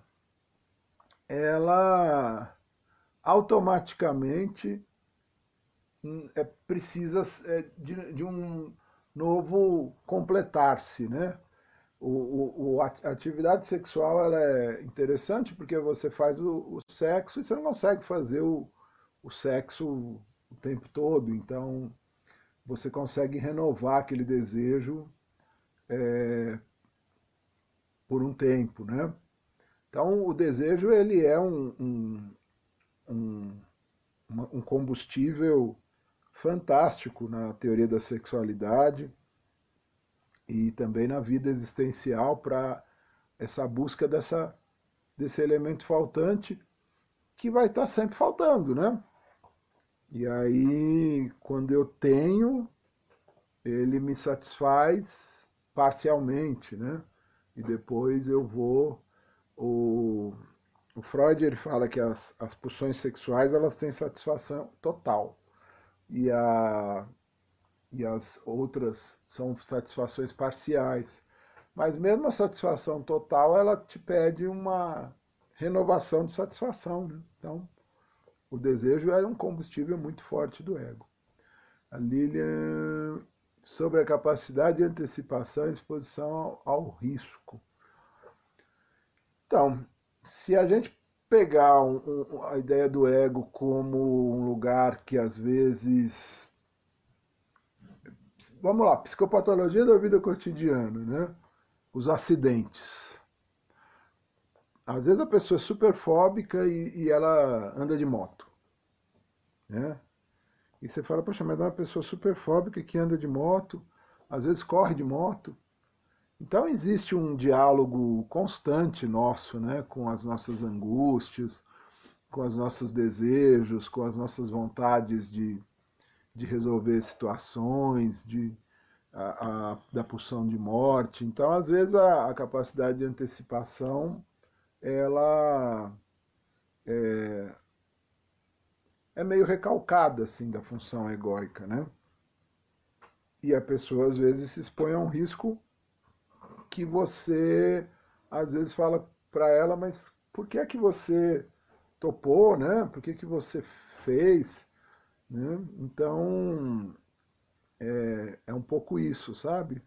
ela automaticamente é, precisa de, de um novo completar-se, né? O, o, a atividade sexual ela é interessante porque você faz o, o sexo e você não consegue fazer o, o sexo o tempo todo, então você consegue renovar aquele desejo é, por um tempo, né? Então o desejo ele é um, um, um, um combustível fantástico na teoria da sexualidade e também na vida existencial para essa busca dessa, desse elemento faltante que vai estar sempre faltando, né? E aí, quando eu tenho, ele me satisfaz parcialmente, né? E depois eu vou... O, o Freud ele fala que as, as pulsões sexuais elas têm satisfação total. E, a, e as outras são satisfações parciais. Mas mesmo a satisfação total, ela te pede uma renovação de satisfação, né? Então, o desejo é um combustível muito forte do ego. A Lilian, sobre a capacidade de antecipação e exposição ao, ao risco. Então, se a gente pegar um, um, a ideia do ego como um lugar que às vezes... Vamos lá, psicopatologia da vida cotidiana, né? Os acidentes. Às vezes a pessoa é super fóbica e, e ela anda de moto. né? E você fala, poxa, mas é uma pessoa superfóbica que anda de moto, às vezes corre de moto. Então existe um diálogo constante nosso, né, com as nossas angústias, com os nossos desejos, com as nossas vontades de, de resolver situações, de, a, a, da pulsão de morte. Então, às vezes, a, a capacidade de antecipação, ela é, é meio recalcada, assim, da função egóica, né? E a pessoa, às vezes, se expõe a um risco que você, às vezes, fala para ela, mas por que é que você topou, né? Por que que você fez, né? Então, é, é um pouco isso, sabe?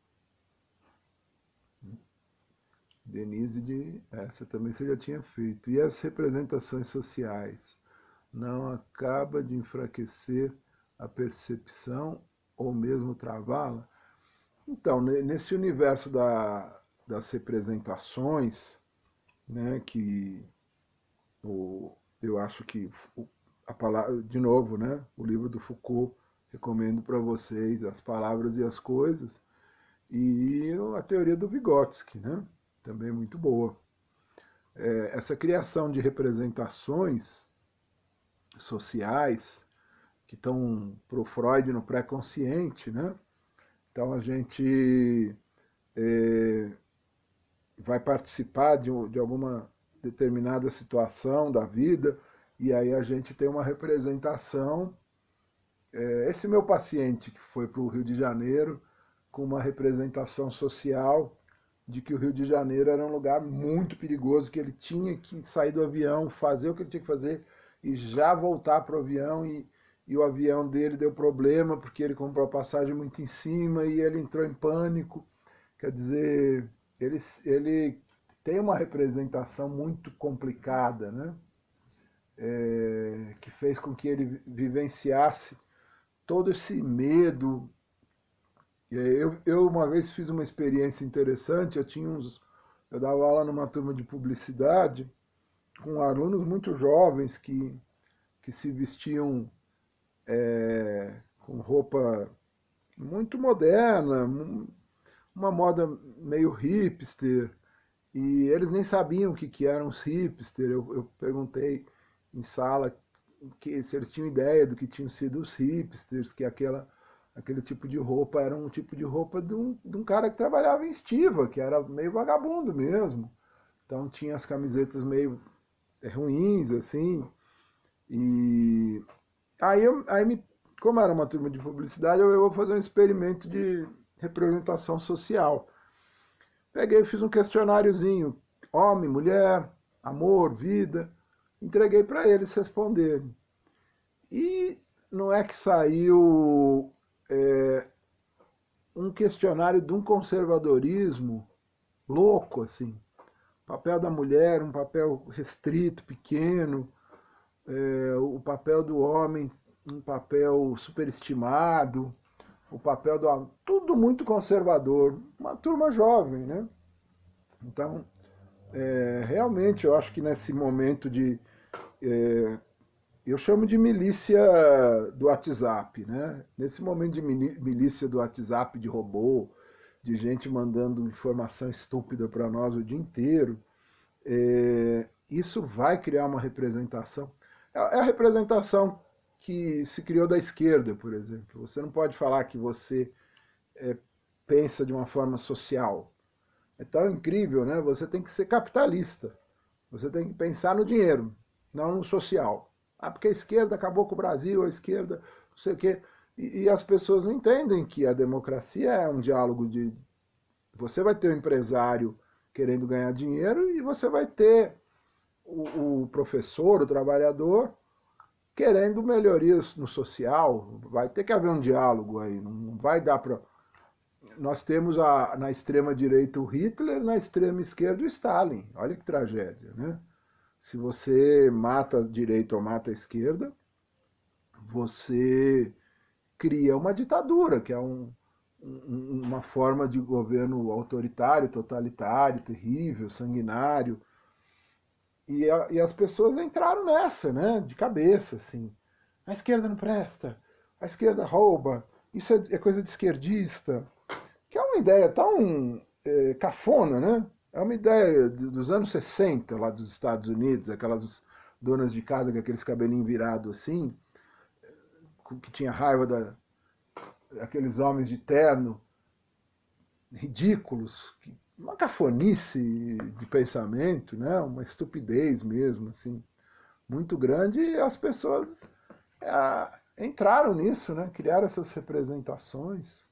Denise, de essa também você já tinha feito. E as representações sociais? Não acaba de enfraquecer a percepção ou mesmo travá-la? Então, nesse universo da, das representações, né, que o, eu acho que o, a palavra, de novo, né, o livro do Foucault, recomendo para vocês, As Palavras e as Coisas, e a teoria do Vygotsky, né, também muito boa. É, essa criação de representações sociais que estão para o Freud no pré-consciente, né? Então a gente é, vai participar de, de alguma determinada situação da vida e aí a gente tem uma representação. É, esse meu paciente que foi para o Rio de Janeiro com uma representação social de que o Rio de Janeiro era um lugar muito perigoso, que ele tinha que sair do avião, fazer o que ele tinha que fazer e já voltar para o avião, e, e o avião dele deu problema porque ele comprou a passagem muito em cima e ele entrou em pânico. Quer dizer, ele, ele tem uma representação muito complicada, né? É, que fez com que ele vivenciasse todo esse medo. Eu, eu uma vez fiz uma experiência interessante, eu tinha uns, eu dava aula numa turma de publicidade com alunos muito jovens que, que se vestiam é, com roupa muito moderna, uma moda meio hipster, e eles nem sabiam o que, que eram os hipster. Eu, eu perguntei em sala que, se eles tinham ideia do que tinham sido os hipsters, que aquela aquele tipo de roupa era um tipo de roupa de um, de um cara que trabalhava em estiva, que era meio vagabundo mesmo. Então tinha as camisetas meio ruins, assim. E aí, eu, aí me, como era uma turma de publicidade, eu, eu vou fazer um experimento de representação social. Peguei e fiz um questionáriozinho, homem, mulher, amor, vida, entreguei para eles responderem. E não é que saiu é, um questionário de um conservadorismo louco, assim. O papel da mulher, um papel restrito, pequeno, é, o papel do homem, um papel superestimado, o papel do homem, tudo muito conservador, uma turma jovem, né? Então, é, realmente, eu acho que nesse momento de... É, eu chamo de milícia do WhatsApp, né? Nesse momento de milícia do WhatsApp, de robô, de gente mandando informação estúpida para nós o dia inteiro, é, isso vai criar uma representação. É a representação que se criou da esquerda, por exemplo. Você não pode falar que você é, pensa de uma forma social. É tão incrível, né? Você tem que ser capitalista. Você tem que pensar no dinheiro, não no social. Ah, porque a esquerda acabou com o Brasil, a esquerda, não sei o quê. E, e as pessoas não entendem que a democracia é um diálogo de... Você vai ter um empresário querendo ganhar dinheiro e você vai ter o, o professor, o trabalhador, querendo melhorias no social. Vai ter que haver um diálogo aí. Não vai dar para... Nós temos a, na extrema-direita o Hitler, na extrema-esquerda o Stalin. Olha que tragédia, né? Se você mata a direita ou mata a esquerda, você cria uma ditadura, que é um, um, uma forma de governo autoritário, totalitário, terrível, sanguinário. E, a, e as pessoas entraram nessa, né, de cabeça, assim. a esquerda não presta, a esquerda rouba, isso é, é coisa de esquerdista, que é uma ideia tão é, cafona, né? É uma ideia dos anos sessenta, lá dos Estados Unidos, aquelas donas de casa com aqueles cabelinhos virados assim, que tinha raiva da, aqueles homens de terno, ridículos, uma cafonice de pensamento, né? Uma estupidez mesmo, assim, muito grande, e as pessoas é, entraram nisso, né? Criaram essas representações.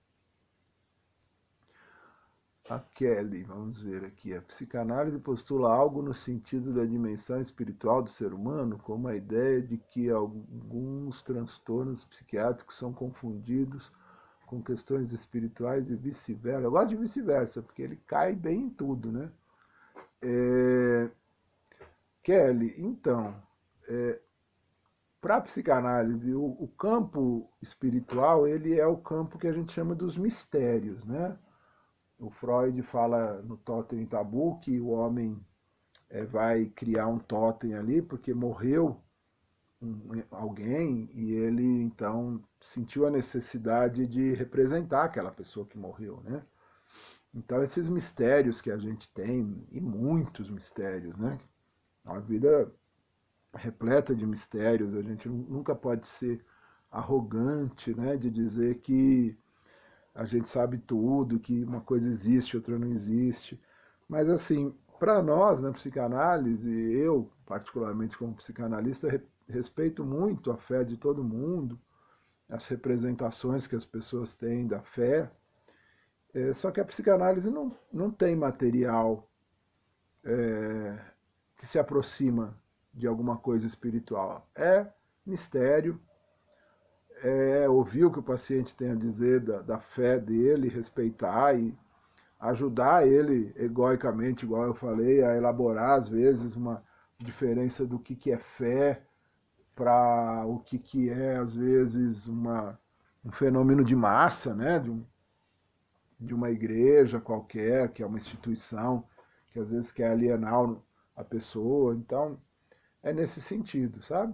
A Kelly, vamos ver aqui, a psicanálise postula algo no sentido da dimensão espiritual do ser humano, como a ideia de que alguns transtornos psiquiátricos são confundidos com questões espirituais e vice-versa. Eu gosto de vice-versa, porque ele cai bem em tudo, né? É... Kelly, então, é... para a psicanálise, o, o campo espiritual, ele é o campo que a gente chama dos mistérios, né? O Freud fala no Totem e Tabu que o homem é, vai criar um totem ali porque morreu um, alguém e ele então sentiu a necessidade de representar aquela pessoa que morreu, né? Então esses mistérios que a gente tem, e muitos mistérios, né? A vida repleta de mistérios, a gente nunca pode ser arrogante, né? De dizer que a gente sabe tudo, que uma coisa existe, outra não existe. Mas, assim, para nós, na psicanálise, eu, particularmente como psicanalista, re respeito muito a fé de todo mundo, as representações que as pessoas têm da fé, é, só que a psicanálise não, não tem material é, que se aproxima de alguma coisa espiritual. É mistério, é ouvir o que o paciente tem a dizer da, da fé dele, respeitar e ajudar ele egoicamente, igual eu falei, a elaborar às vezes uma diferença do que, que é fé para o que, que é às vezes uma, um fenômeno de massa, né? de, um, de uma igreja qualquer, que é uma instituição que às vezes quer alienar a pessoa. Então é nesse sentido, sabe?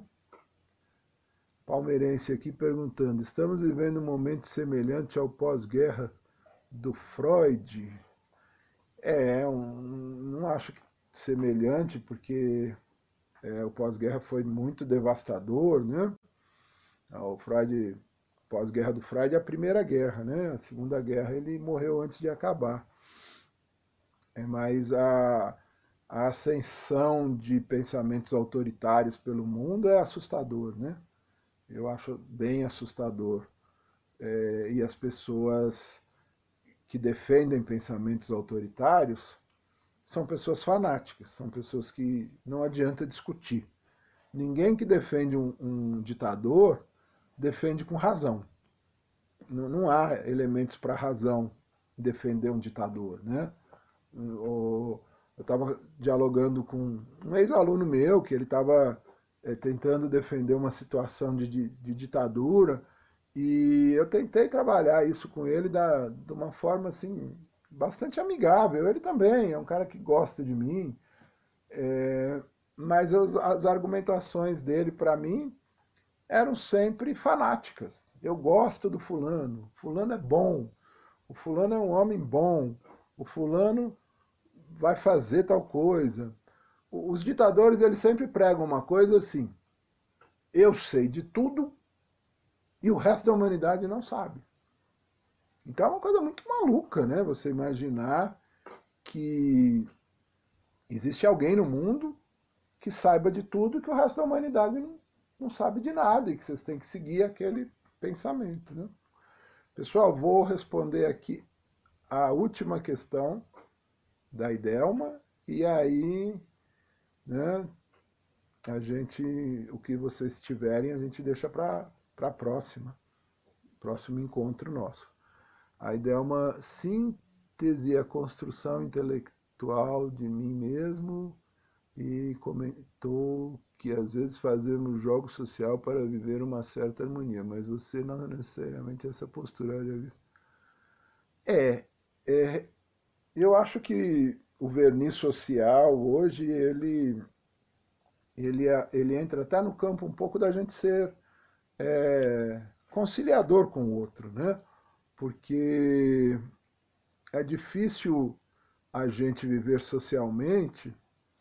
Palmeirense aqui perguntando, estamos vivendo um momento semelhante ao pós-guerra do Freud? É, um, não acho que semelhante, porque é, o pós-guerra foi muito devastador, né? O Freud, pós-guerra do Freud é a primeira guerra, né? A segunda guerra ele morreu antes de acabar. É, mas a, a ascensão de pensamentos autoritários pelo mundo é assustador, né? Eu acho bem assustador. É, e as pessoas que defendem pensamentos autoritários são pessoas fanáticas, são pessoas que não adianta discutir. Ninguém que defende um, um ditador defende com razão. Não, não há elementos para razão defender um ditador, né? Eu estava dialogando com um ex-aluno meu que ele estava É, tentando defender uma situação de, de, de ditadura, e eu tentei trabalhar isso com ele da, de uma forma assim, bastante amigável. Ele também é um cara que gosta de mim, é, mas as, as argumentações dele para mim eram sempre fanáticas. Eu gosto do fulano, fulano é bom, o fulano é um homem bom, o fulano vai fazer tal coisa. Os ditadores, eles sempre pregam uma coisa assim, eu sei de tudo e o resto da humanidade não sabe. Então é uma coisa muito maluca, né? Você imaginar que existe alguém no mundo que saiba de tudo e que o resto da humanidade não, não sabe de nada e que vocês têm que seguir aquele pensamento, né? Pessoal, vou responder aqui a última questão da Idelma e aí... Né? A gente, o que vocês tiverem, a gente deixa para a próxima, próximo encontro nosso. A ideia é uma síntese e a construção intelectual de mim mesmo e comentou que às vezes fazemos jogo social para viver uma certa harmonia, mas você não é necessariamente essa postura. É, é eu acho que o verniz social hoje, ele, ele, ele entra até no campo um pouco da gente ser é, conciliador com o outro, né? Porque é difícil a gente viver socialmente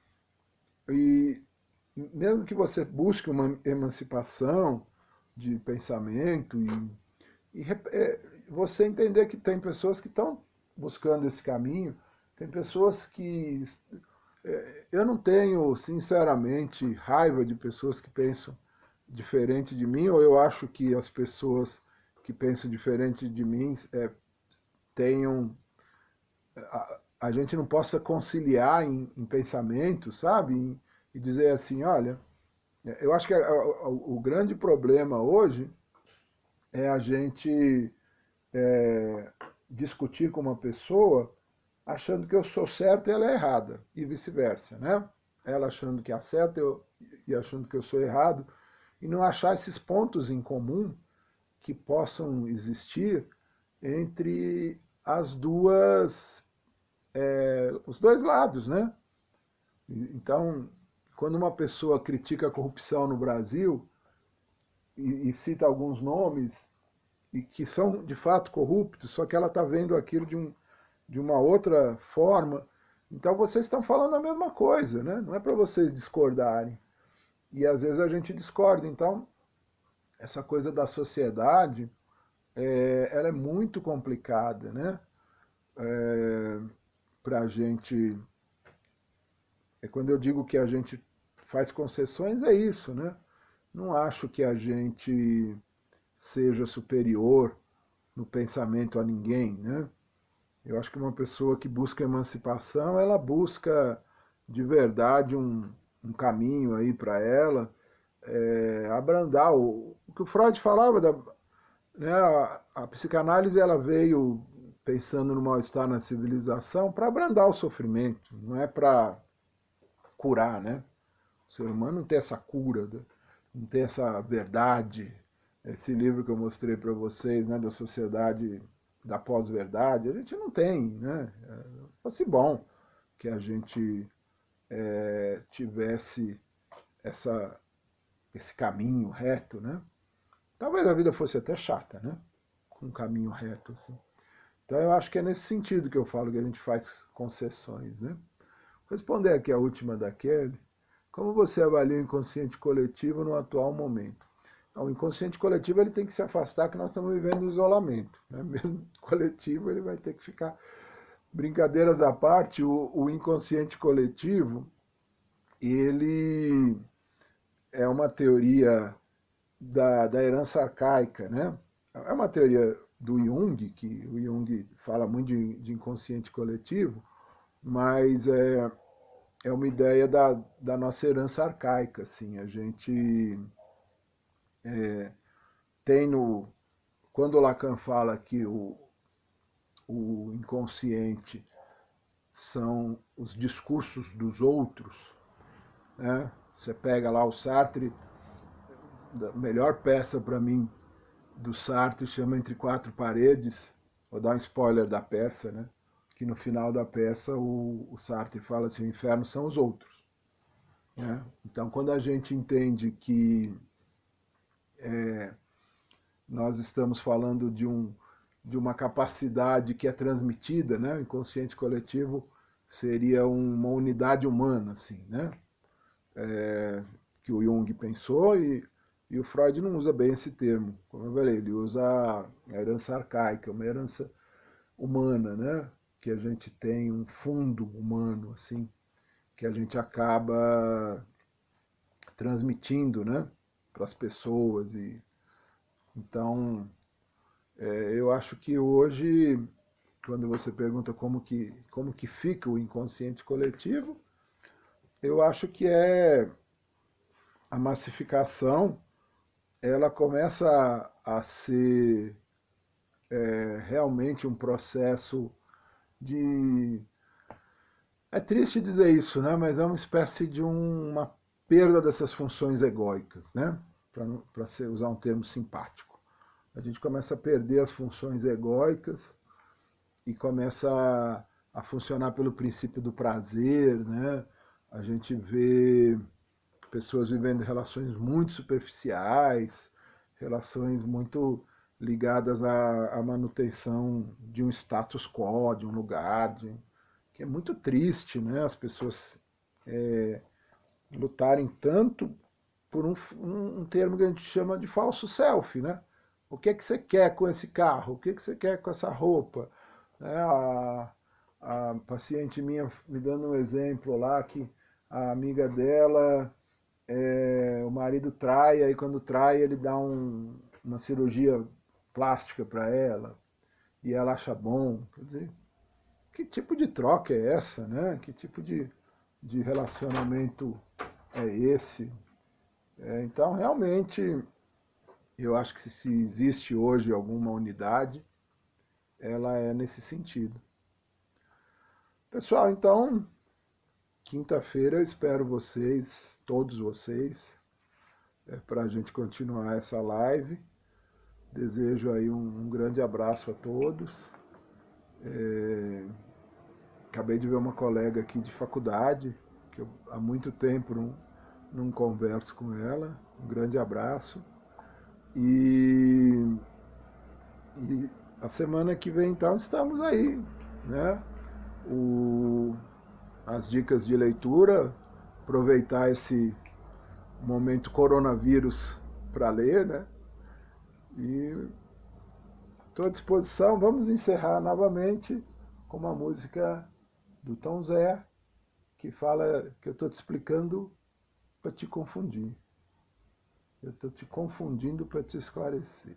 e mesmo que você busque uma emancipação de pensamento e, e é, você entender que tem pessoas que estão buscando esse caminho, tem pessoas que... É, eu não tenho, sinceramente, raiva de pessoas que pensam diferente de mim, ou eu acho que as pessoas que pensam diferente de mim é, tenham... A, a gente não possa conciliar em, em pensamento, sabe? Em, e dizer assim, olha, eu acho que a, a, o grande problema hoje é a gente é, discutir com uma pessoa achando que eu sou certo e ela é errada, e vice-versa, né? Ela achando que é certo eu, e achando que eu sou errado, e não achar esses pontos em comum que possam existir entre as duas, é, os dois lados, né? Então, quando uma pessoa critica a corrupção no Brasil e, e cita alguns nomes e que são de fato corruptos, só que ela está vendo aquilo de, um, de uma outra forma, então vocês estão falando a mesma coisa, né? Não é para vocês discordarem. E às vezes a gente discorda. Então, essa coisa da sociedade, é, ela é muito complicada, né? É, para a gente... É quando eu digo que a gente faz concessões, é isso, né? Não acho que a gente seja superior no pensamento a ninguém, né? Eu acho que uma pessoa que busca emancipação, ela busca de verdade um, um caminho aí para ela, é, abrandar o, o que o Freud falava, da, né, a, a psicanálise ela veio pensando no mal-estar na civilização para abrandar o sofrimento, não é para curar, né? O ser humano não tem essa cura, não tem essa verdade. Esse livro que eu mostrei para vocês, né, da sociedade da pós-verdade, a gente não tem, né? Fosse bom que a gente é, tivesse essa, esse caminho reto, né? Talvez a vida fosse até chata, né? Com um caminho reto, assim. Então eu acho que é nesse sentido que eu falo que a gente faz concessões, né? Vou responder aqui a última da Kelly. Como você avalia o inconsciente coletivo no atual momento? O inconsciente coletivo ele tem que se afastar, que nós estamos vivendo isolamento, né? Mesmo coletivo ele vai ter que ficar... Brincadeiras à parte, o, o inconsciente coletivo ele é uma teoria da, da herança arcaica, né? É uma teoria do Jung, que o Jung fala muito de, de inconsciente coletivo, mas é, é uma ideia da, da nossa herança arcaica, assim. A gente é, tem no... Quando Lacan fala que o, o inconsciente são os discursos dos outros, né? Você pega lá o Sartre, a melhor peça para mim do Sartre chama Entre Quatro Paredes. Vou dar um spoiler da peça, né? Que no final da peça o, o Sartre fala assim, o inferno são os outros, né? Então quando a gente entende que é, nós estamos falando de, um, de uma capacidade que é transmitida, né? O inconsciente coletivo seria uma unidade humana, assim, né? É, que o Jung pensou e, e o Freud não usa bem esse termo, como eu falei, ele usa a herança arcaica, uma herança humana, né? Que a gente tem um fundo humano, assim, que a gente acaba transmitindo, né? Para as pessoas. E então, é, eu acho que hoje, quando você pergunta como que, como que fica o inconsciente coletivo, eu acho que é a massificação, ela começa a, a ser é, realmente um processo de... É triste dizer isso, né? Mas é uma espécie de um, uma perda dessas funções egóicas, né? Para usar um termo simpático. A gente começa a perder as funções egóicas e começa a, a funcionar pelo princípio do prazer, né? A gente vê pessoas vivendo relações muito superficiais, relações muito ligadas à, à manutenção de um status quo, de um lugar, de, que é muito triste, né? As pessoas é, lutarem tanto por um, um, um termo que a gente chama de falso self, né? O que é que você quer com esse carro? O que é que você quer com essa roupa? É, a, a paciente minha me dando um exemplo lá que a amiga dela, é, o marido trai, aí quando trai ele dá um, uma cirurgia plástica para ela e ela acha bom. Quer dizer, que tipo de troca é essa, né? Que tipo de, de relacionamento é esse? É, então, realmente, eu acho que se existe hoje alguma unidade, ela é nesse sentido. Pessoal, então, quinta-feira eu espero vocês, todos vocês, é, para a gente continuar essa live. Desejo aí um, um grande abraço a todos. É, acabei de ver uma colega aqui de faculdade, que eu há muito tempo não, não converso com ela. Um grande abraço. E, e a semana que vem, então, estamos aí, né? O, as dicas de leitura, aproveitar esse momento coronavírus para ler, né? E estou à disposição. Vamos encerrar novamente com uma música do Tom Zé, que fala que eu estou te explicando para te confundir. Eu estou te confundindo para te esclarecer.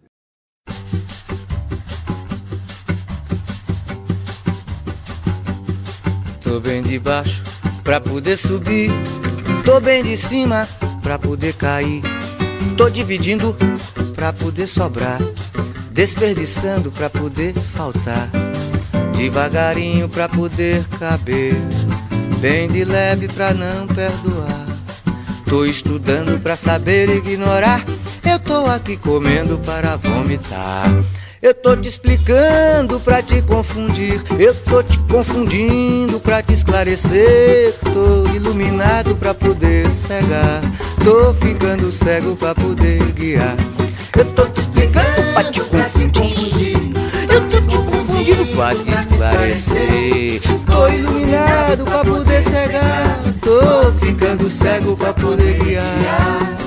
Tô bem de baixo pra poder subir, tô bem de cima pra poder cair, tô dividindo pra poder sobrar, desperdiçando pra poder faltar, devagarinho pra poder caber, bem de leve pra não perdoar. Tô estudando pra saber ignorar, eu tô aqui comendo para vomitar. Eu tô te explicando pra te confundir, eu tô te confundindo pra te esclarecer. Tô iluminado pra poder cegar, tô ficando cego pra poder guiar. Eu tô te explicando pra te confundir, eu tô te confundindo pra te esclarecer. Tô iluminado pra poder cegar, tô ficando cego pra poder guiar.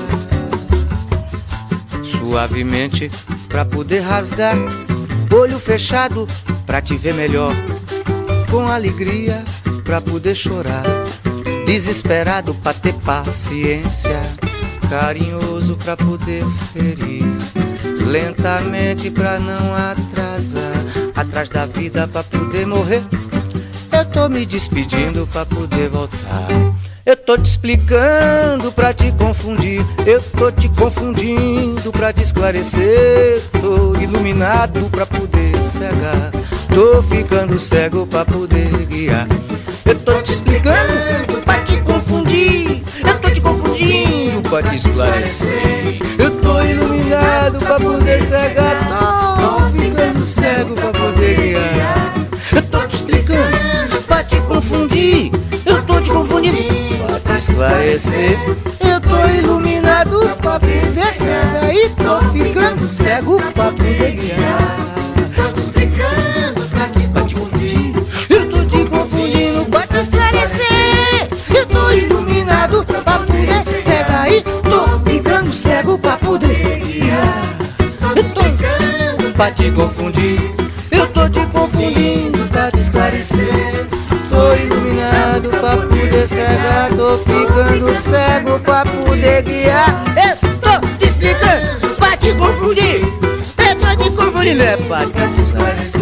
Suavemente pra poder rasgar, olho fechado pra te ver melhor, com alegria pra poder chorar, desesperado pra ter paciência, carinhoso pra poder ferir, lentamente pra não atrasar, atrás da vida pra poder morrer. Eu tô me despedindo pra poder voltar. Eu tô te explicando pra te confundir, eu tô te confundindo pra te esclarecer. Tô iluminado pra poder cegar, tô ficando cego pra poder guiar. Eu tô te explicando pra te confundir, eu tô te confundindo pra te esclarecer. Eu tô iluminado pra poder cegar, tô ficando cego pra poder guiar. Eu tô te explicando pra te confundir, eu tô te confundindo pra te esclarecer. Eu tô iluminado pra poder cegar e tô ficando cego pra poder guiar. Tô te explicando pra te Pra te confundir, eu tô te confundindo pra te esclarecer. Eu tô iluminado pra poder cegar e tô ficando cego pra poder guiar. Eu tô pra te confundir, eu tô te confundindo pra te esclarecer. Tô iluminado pra poder cegar, tô ficando cego pra poder guiar. Eu tô te explicando pra te confundir, eu tô te confundindo é pra te esclarecer.